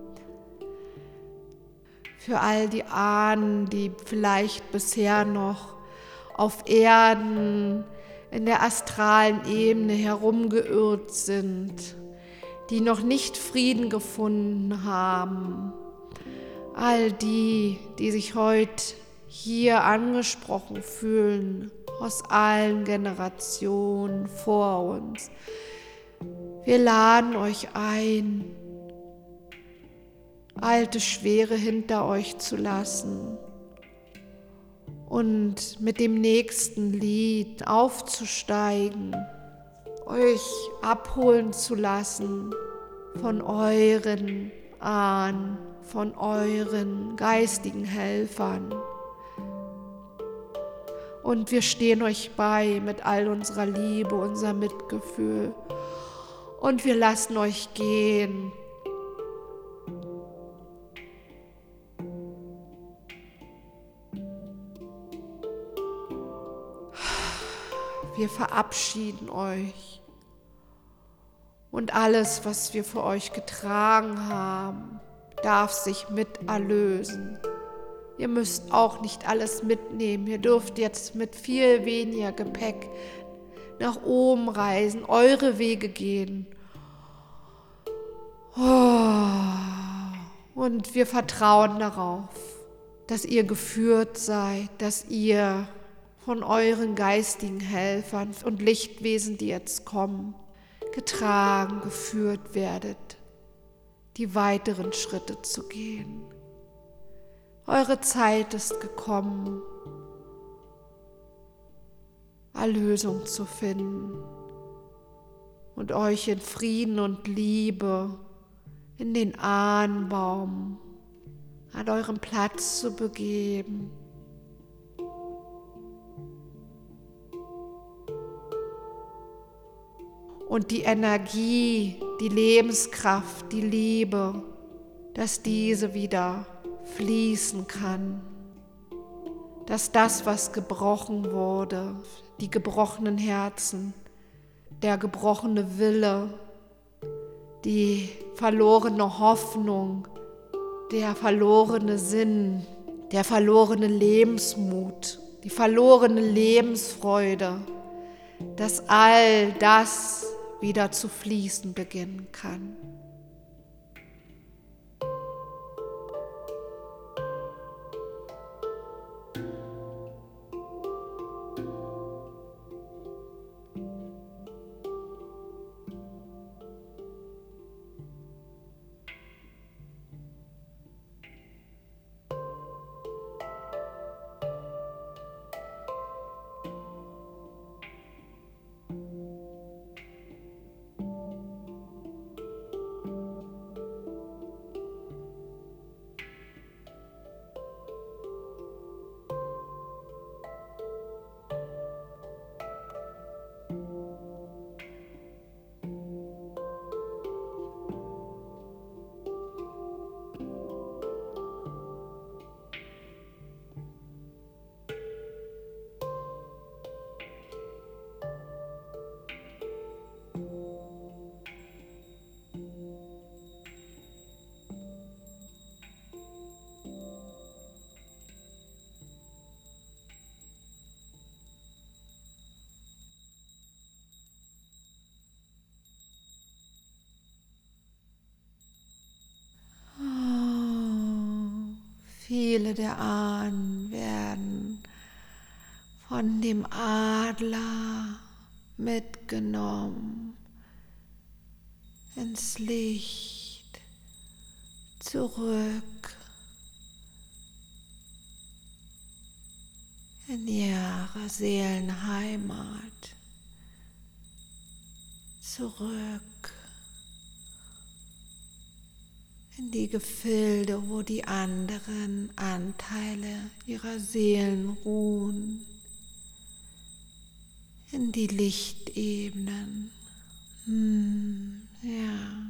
Für all die Ahnen, die vielleicht bisher noch auf Erden in der astralen Ebene herumgeirrt sind, die noch nicht Frieden gefunden haben. All die, die sich heute hier angesprochen fühlen, aus allen Generationen vor uns. Wir laden euch ein, alte Schwere hinter euch zu lassen und mit dem nächsten Lied aufzusteigen, euch abholen zu lassen von euren Ahnen, von euren geistigen Helfern. Und wir stehen euch bei mit all unserer Liebe, unserem Mitgefühl. Und wir lassen euch gehen. Wir verabschieden euch. Und alles, was wir für euch getragen haben, darf sich mit erlösen. Ihr müsst auch nicht alles mitnehmen. Ihr dürft jetzt mit viel weniger Gepäck nach oben reisen, eure Wege gehen. Und wir vertrauen darauf, dass ihr geführt seid, dass ihr von euren geistigen Helfern und Lichtwesen, die jetzt kommen, getragen, geführt werdet, die weiteren Schritte zu gehen. Eure Zeit ist gekommen, Erlösung zu finden und euch in Frieden und Liebe in den Ahnenbaum an eurem Platz zu begeben. Und die Energie, die Lebenskraft, die Liebe, dass diese wieder fließen kann. Dass das, was gebrochen wurde, die gebrochenen Herzen, der gebrochene Wille, die verlorene Hoffnung, der verlorene Sinn, der verlorene Lebensmut, die verlorene Lebensfreude, dass all das wieder zu fließen beginnen kann. Befehle der Ahnen werden von dem Adler mitgenommen ins Licht, zurück in ihre Seelenheimat, zurück in die Gefilde, wo die anderen Anteile ihrer Seelen ruhen, in die Lichtebenen. Ja.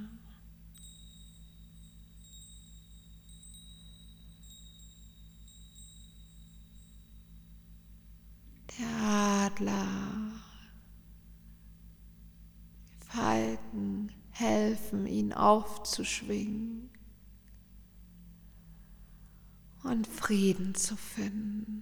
Der Adler, die Falken helfen, ihn aufzuschwingen und Frieden zu finden.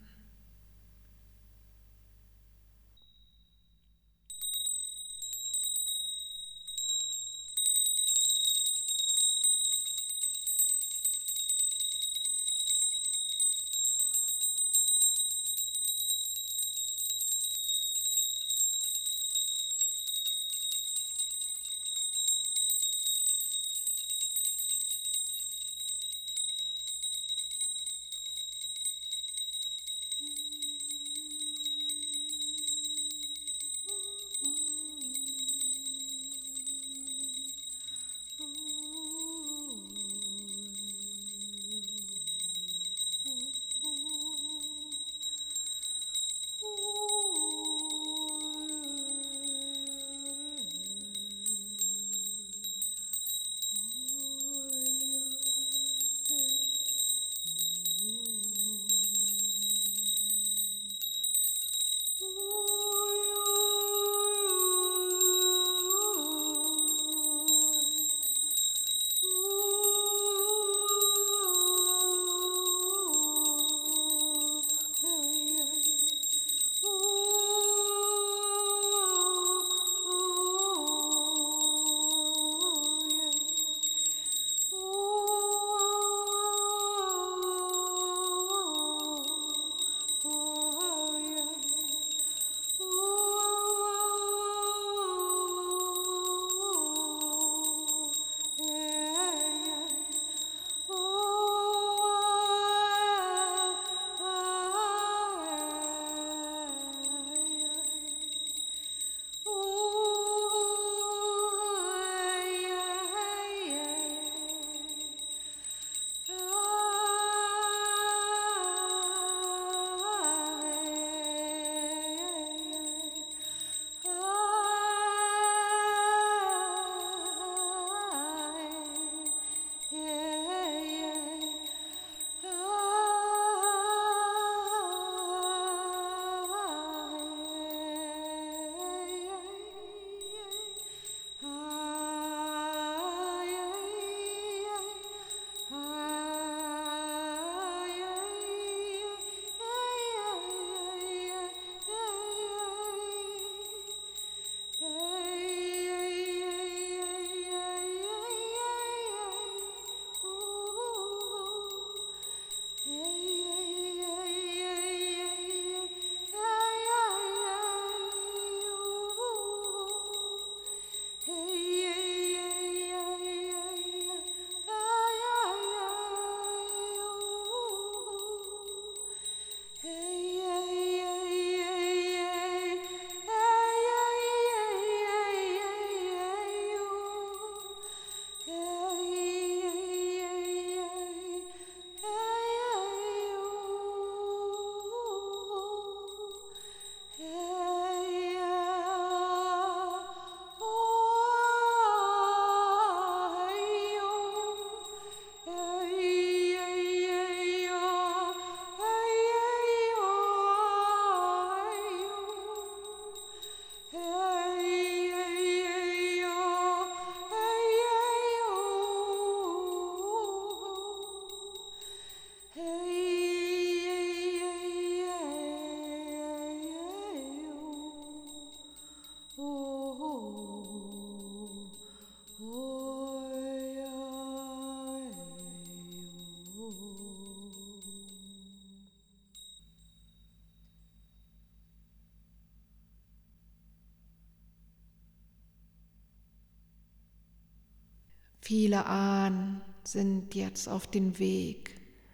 Viele Ahnen sind jetzt auf dem Weg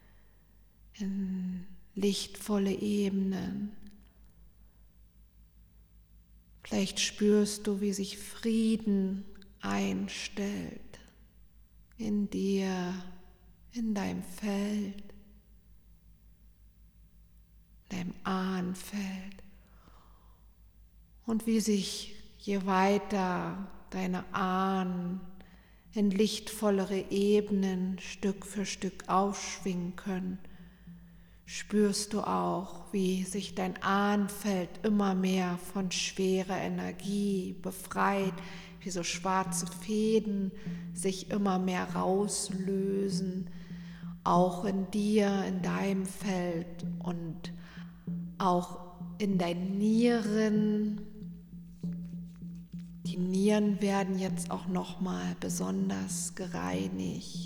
in lichtvolle Ebenen. Vielleicht spürst du, wie sich Frieden einstellt in dir, in deinem Feld, deinem Ahnenfeld. Und wie sich je weiter deine Ahnen in lichtvollere Ebenen Stück für Stück aufschwingen können, spürst du auch, wie sich dein Ahnenfeld immer mehr von schwerer Energie befreit, wie so schwarze Fäden sich immer mehr rauslösen, auch in dir, in deinem Feld und auch in deinen Nieren. Die Nieren werden jetzt auch nochmal besonders gereinigt.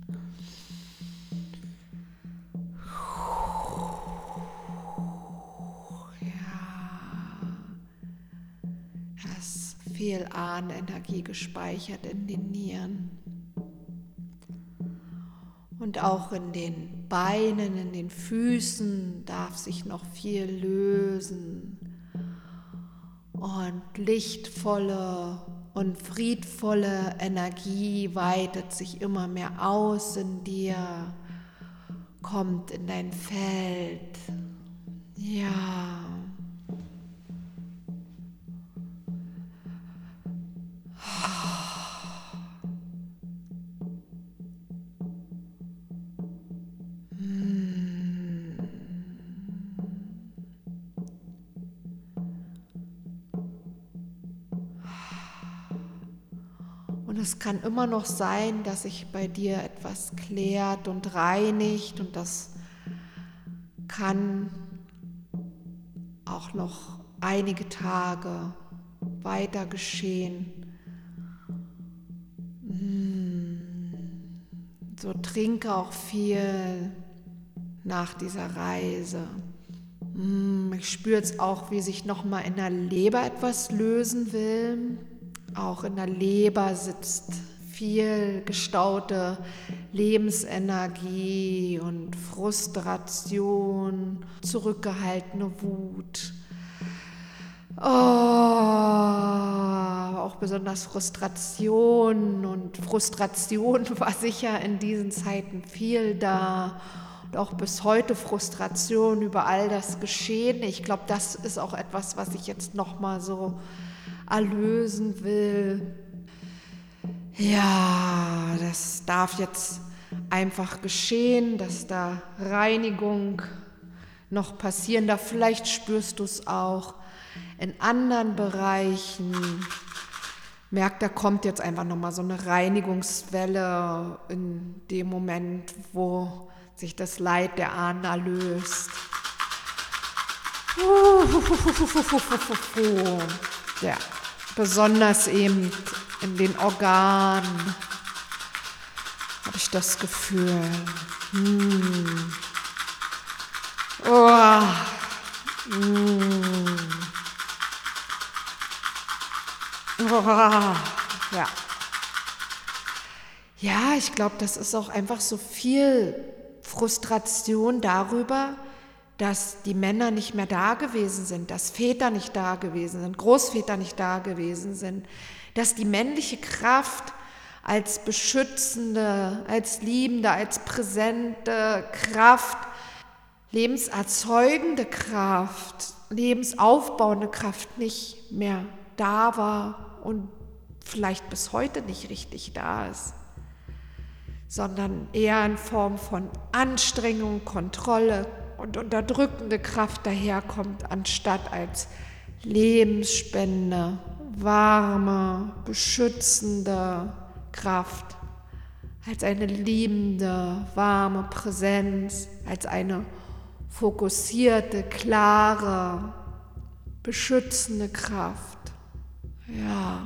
Da ist viel Ahnenenergie gespeichert in den Nieren. Und auch in den Beinen, in den Füßen darf sich noch viel lösen. Und lichtvolle und friedvolle Energie weitet sich immer mehr aus in dir, kommt in dein Feld. Ja. Und es kann immer noch sein, dass sich bei dir etwas klärt und reinigt, und das kann auch noch einige Tage weiter geschehen. So trinke auch viel nach dieser Reise. Ich spüre jetzt auch, wie sich nochmal in der Leber etwas lösen will. Auch in der Leber sitzt viel gestaute Lebensenergie und Frustration, zurückgehaltene Wut. Auch besonders Frustration. Und Frustration war sicher in diesen Zeiten viel da. Und auch bis heute Frustration über all das Geschehen. Ich glaube, das ist auch etwas, was ich jetzt nochmal so erlösen will. Ja, das darf jetzt einfach geschehen, dass da Reinigung noch passieren darf. Vielleicht spürst du es auch in anderen Bereichen. Merk, da kommt jetzt einfach nochmal so eine Reinigungswelle in dem Moment, wo sich das Leid der Ahnen erlöst. Ja, besonders eben in den Organen habe ich das Gefühl. Ja. Ja, ich glaube, das ist auch einfach so viel Frustration darüber, dass die Männer nicht mehr da gewesen sind, dass Väter nicht da gewesen sind, Großväter nicht da gewesen sind, dass die männliche Kraft als beschützende, als liebende, als präsente Kraft, lebenserzeugende Kraft, lebensaufbauende Kraft nicht mehr da war und vielleicht bis heute nicht richtig da ist, sondern eher in Form von Anstrengung, Kontrolle und unterdrückende Kraft daherkommt, anstatt als Lebensspende, warme, beschützende Kraft, als eine liebende, warme Präsenz, als eine fokussierte, klare, beschützende Kraft. Ja.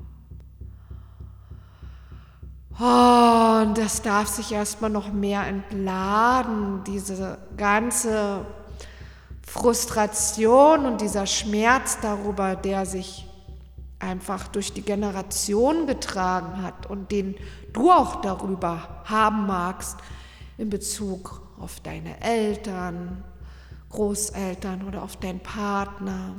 Und das darf sich erstmal noch mehr entladen, diese ganze Frustration und dieser Schmerz darüber, der sich einfach durch die Generation getragen hat und den du auch darüber haben magst in Bezug auf deine Eltern, Großeltern oder auf deinen Partner.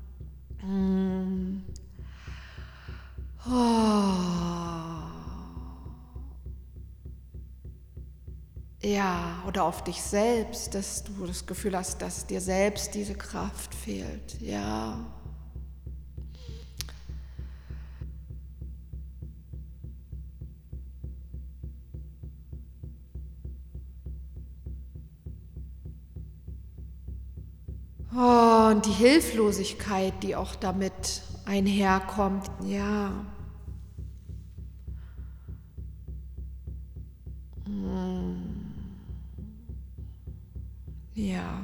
Ja, oder auf dich selbst, dass du das Gefühl hast, dass dir selbst diese Kraft fehlt. Ja. Und die Hilflosigkeit, die auch damit einherkommt. Ja. Ja.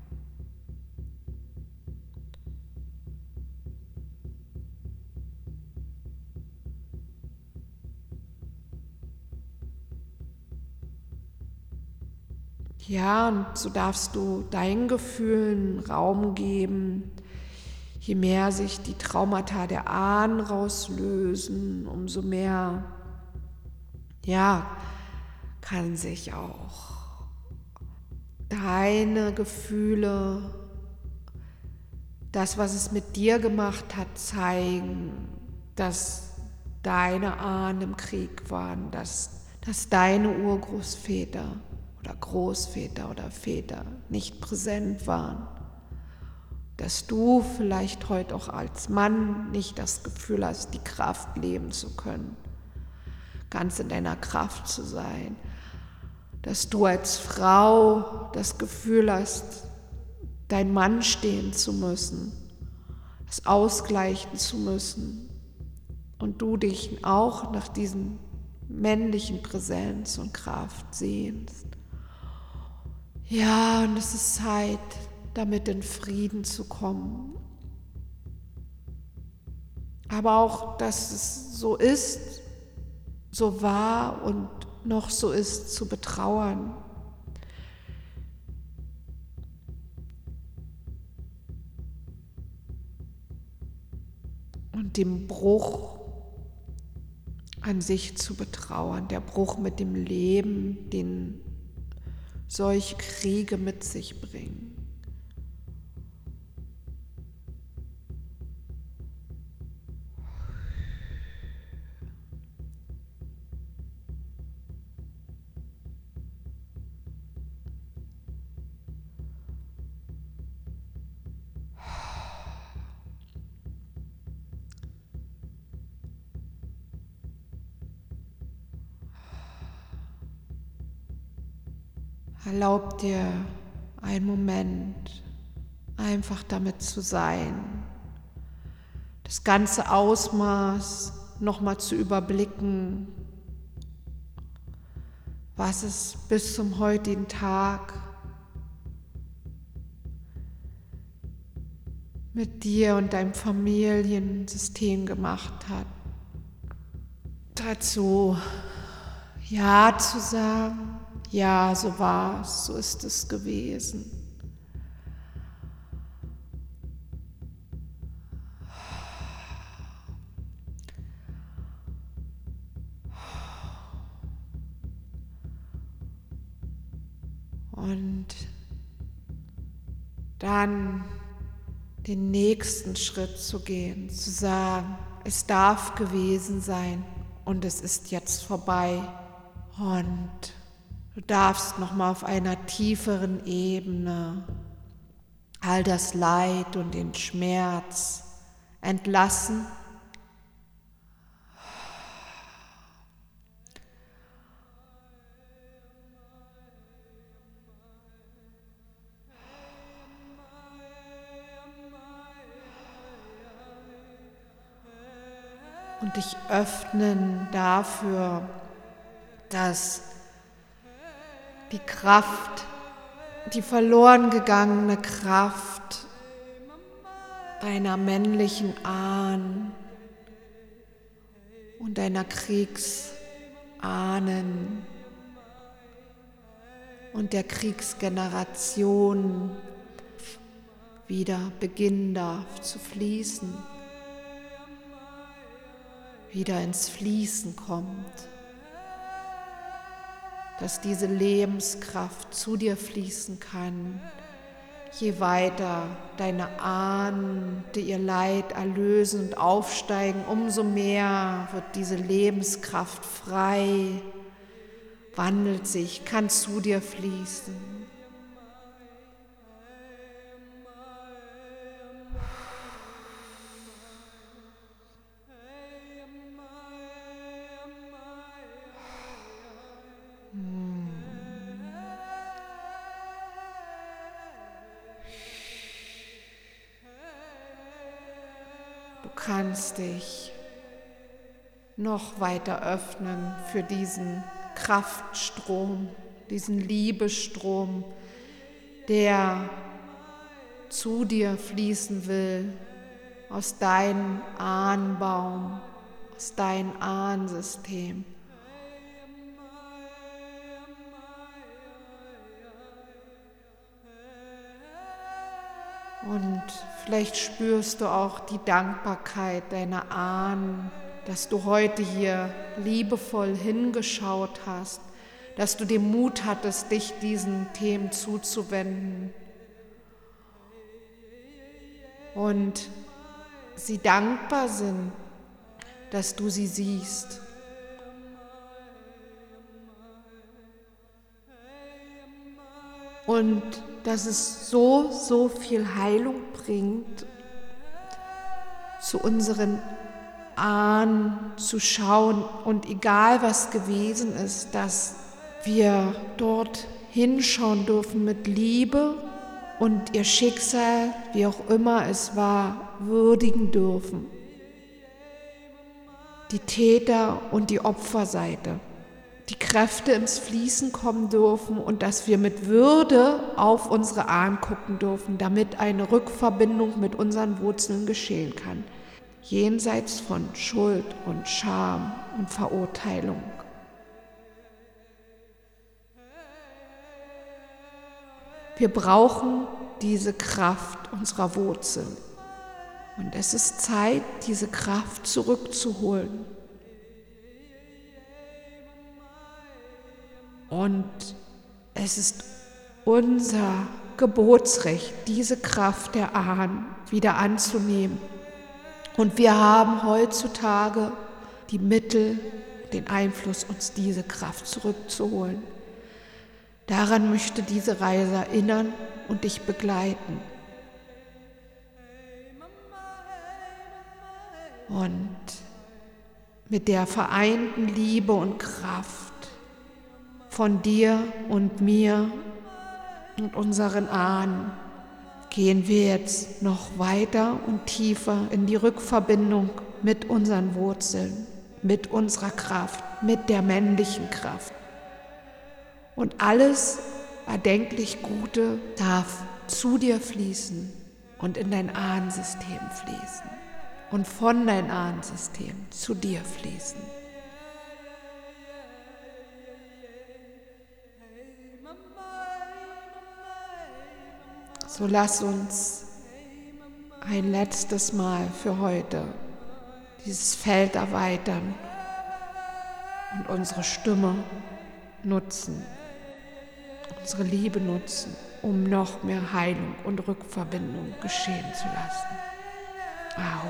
Ja, und so darfst du deinen Gefühlen Raum geben. Je mehr sich die Traumata der Ahnen rauslösen, umso mehr, ja, kann sich auch deine Gefühle, das, was es mit dir gemacht hat, zeigen, dass deine Ahnen im Krieg waren, dass deine Urgroßväter oder Großväter oder Väter nicht präsent waren, dass du vielleicht heute auch als Mann nicht das Gefühl hast, die Kraft leben zu können, ganz in deiner Kraft zu sein, dass du als Frau das Gefühl hast, dein Mann stehen zu müssen, es ausgleichen zu müssen und du dich auch nach diesen männlichen Präsenz und Kraft sehnst. Ja, und es ist Zeit, damit in Frieden zu kommen. Aber auch, dass es so ist, so war und noch so ist, zu betrauern. Und den Bruch an sich zu betrauern, der Bruch mit dem Leben, den solche Kriege mit sich bringen. Erlaub dir einen Moment, einfach damit zu sein, das ganze Ausmaß nochmal zu überblicken, was es bis zum heutigen Tag mit dir und deinem Familiensystem gemacht hat. Dazu Ja zu sagen, ja, so war es, so ist es gewesen. Und dann den nächsten Schritt zu gehen, zu sagen, es darf gewesen sein und es ist jetzt vorbei. Und du darfst nochmal auf einer tieferen Ebene all das Leid und den Schmerz entlassen. Und dich öffnen dafür, dass die Kraft, die verloren gegangene Kraft deiner männlichen Ahnen und deiner Kriegsahnen und der Kriegsgeneration wieder beginnen darf zu fließen. wieder ins Fließen kommt, dass diese Lebenskraft zu dir fließen kann. Je weiter deine Ahnen, die ihr Leid erlösen und aufsteigen, umso mehr wird diese Lebenskraft frei, wandelt sich, kann zu dir fließen. Du kannst dich noch weiter öffnen für diesen Kraftstrom, diesen Liebesstrom, der zu dir fließen will, aus deinem Ahnenbaum, aus deinem Ahnensystem. Und vielleicht spürst du auch die Dankbarkeit deiner Ahnen, dass du heute hier liebevoll hingeschaut hast, dass du den Mut hattest, dich diesen Themen zuzuwenden. Und sie dankbar sind, dass du sie siehst. Und dass es so viel Heilung bringt, zu unseren Ahnen zu schauen und egal was gewesen ist, dass wir dort hinschauen dürfen mit Liebe und ihr Schicksal, wie auch immer es war, würdigen dürfen. Die Täter- und die Opferseite. Die Kräfte ins Fließen kommen dürfen und dass wir mit Würde auf unsere Ahnen gucken dürfen, damit eine Rückverbindung mit unseren Wurzeln geschehen kann, jenseits von Schuld und Scham und Verurteilung. Wir brauchen diese Kraft unserer Wurzeln und es ist Zeit, diese Kraft zurückzuholen. Und es ist unser Geburtsrecht, diese Kraft der Ahnen wieder anzunehmen. Und wir haben heutzutage die Mittel, den Einfluss, uns diese Kraft zurückzuholen. Daran möchte diese Reise erinnern und dich begleiten. Und mit der vereinten Liebe und Kraft von dir und mir und unseren Ahnen gehen wir jetzt noch weiter und tiefer in die Rückverbindung mit unseren Wurzeln, mit unserer Kraft, mit der männlichen Kraft. Und alles erdenklich Gute darf zu dir fließen und in dein Ahnensystem fließen und von dein Ahnensystem zu dir fließen. So lass uns ein letztes Mal für heute dieses Feld erweitern und unsere Stimme nutzen, unsere Liebe nutzen, um noch mehr Heilung und Rückverbindung geschehen zu lassen. Aho.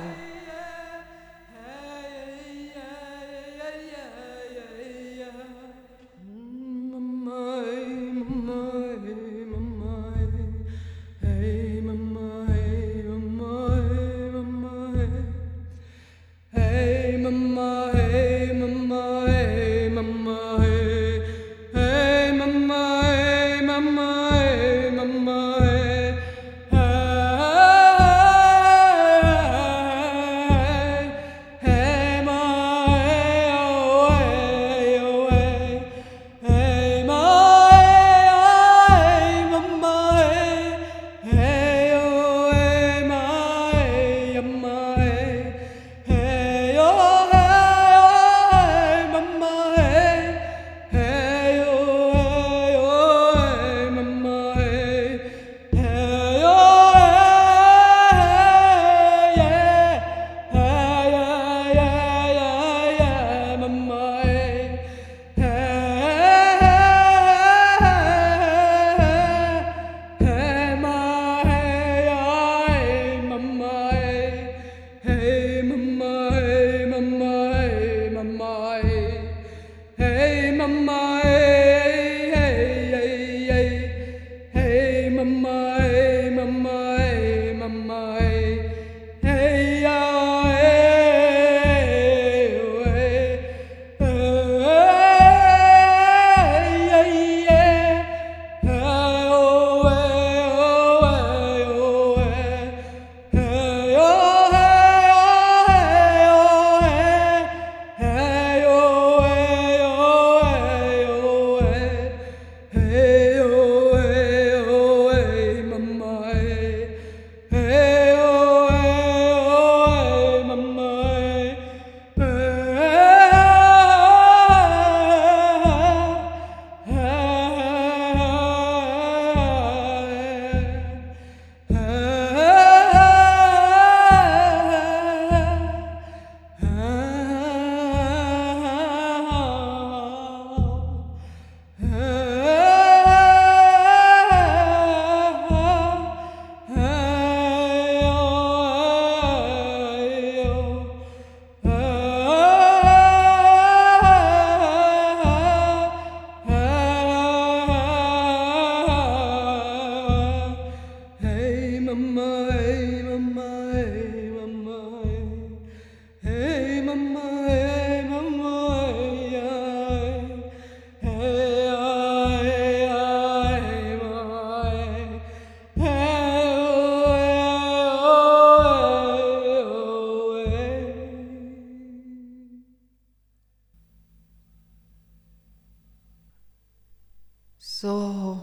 So,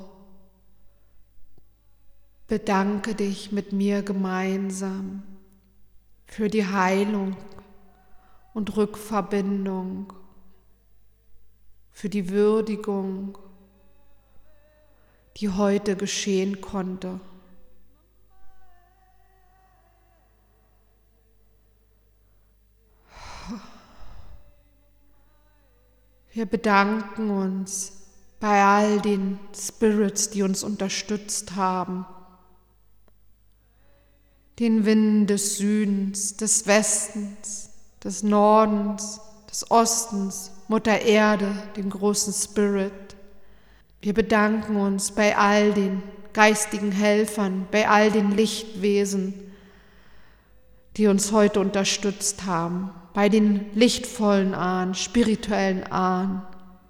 bedanke dich mit mir gemeinsam für die Heilung und Rückverbindung, für die Würdigung, die heute geschehen konnte. Wir bedanken uns bei all den Spirits, die uns unterstützt haben, den Winden des Südens, des Westens, des Nordens, des Ostens, Mutter Erde, den großen Spirit. Wir bedanken uns bei all den geistigen Helfern, bei all den Lichtwesen, die uns heute unterstützt haben, bei den lichtvollen Ahnen, spirituellen Ahnen.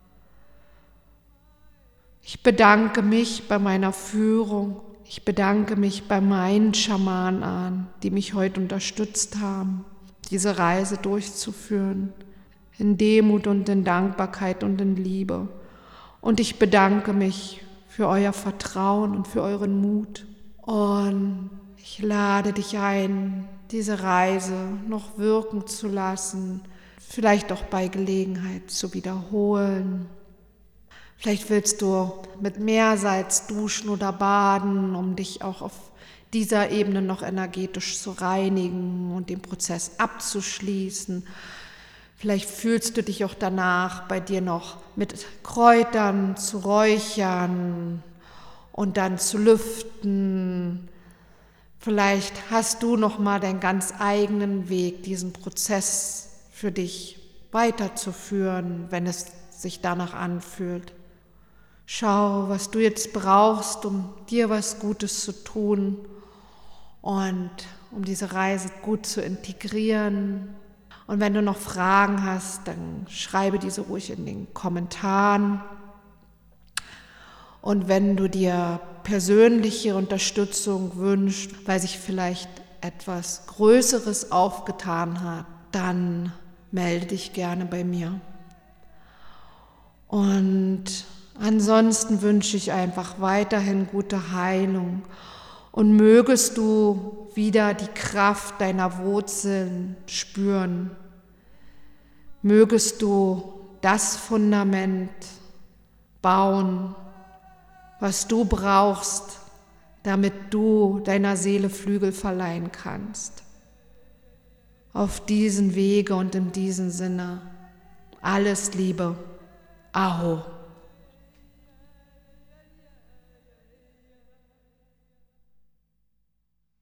Ich bedanke mich bei meiner Führung, ich bedanke mich bei meinen Schamanenahnen, die mich heute unterstützt haben, diese Reise durchzuführen, in Demut und in Dankbarkeit und in Liebe. Und ich bedanke mich für euer Vertrauen und für euren Mut. Und ich lade dich ein, diese Reise noch wirken zu lassen, vielleicht auch bei Gelegenheit zu wiederholen. Vielleicht willst du mit Meersalz duschen oder baden, um dich auch auf dieser Ebene noch energetisch zu reinigen und den Prozess abzuschließen. Vielleicht fühlst du dich auch danach, bei dir noch mit Kräutern zu räuchern und dann zu lüften. Vielleicht hast du noch mal deinen ganz eigenen Weg, diesen Prozess für dich weiterzuführen, wenn es sich danach anfühlt. Schau, was du jetzt brauchst, um dir was Gutes zu tun und um diese Reise gut zu integrieren. Und wenn du noch Fragen hast, dann schreibe diese ruhig in den Kommentaren. Und wenn du dir persönliche Unterstützung wünschst, weil sich vielleicht etwas Größeres aufgetan hat, dann melde dich gerne bei mir. Und ansonsten wünsche ich einfach weiterhin gute Heilung und mögest du wieder die Kraft deiner Wurzeln spüren. Mögest du das Fundament bauen, was du brauchst, damit du deiner Seele Flügel verleihen kannst. Auf diesen Wege und in diesem Sinne alles Liebe. Aho.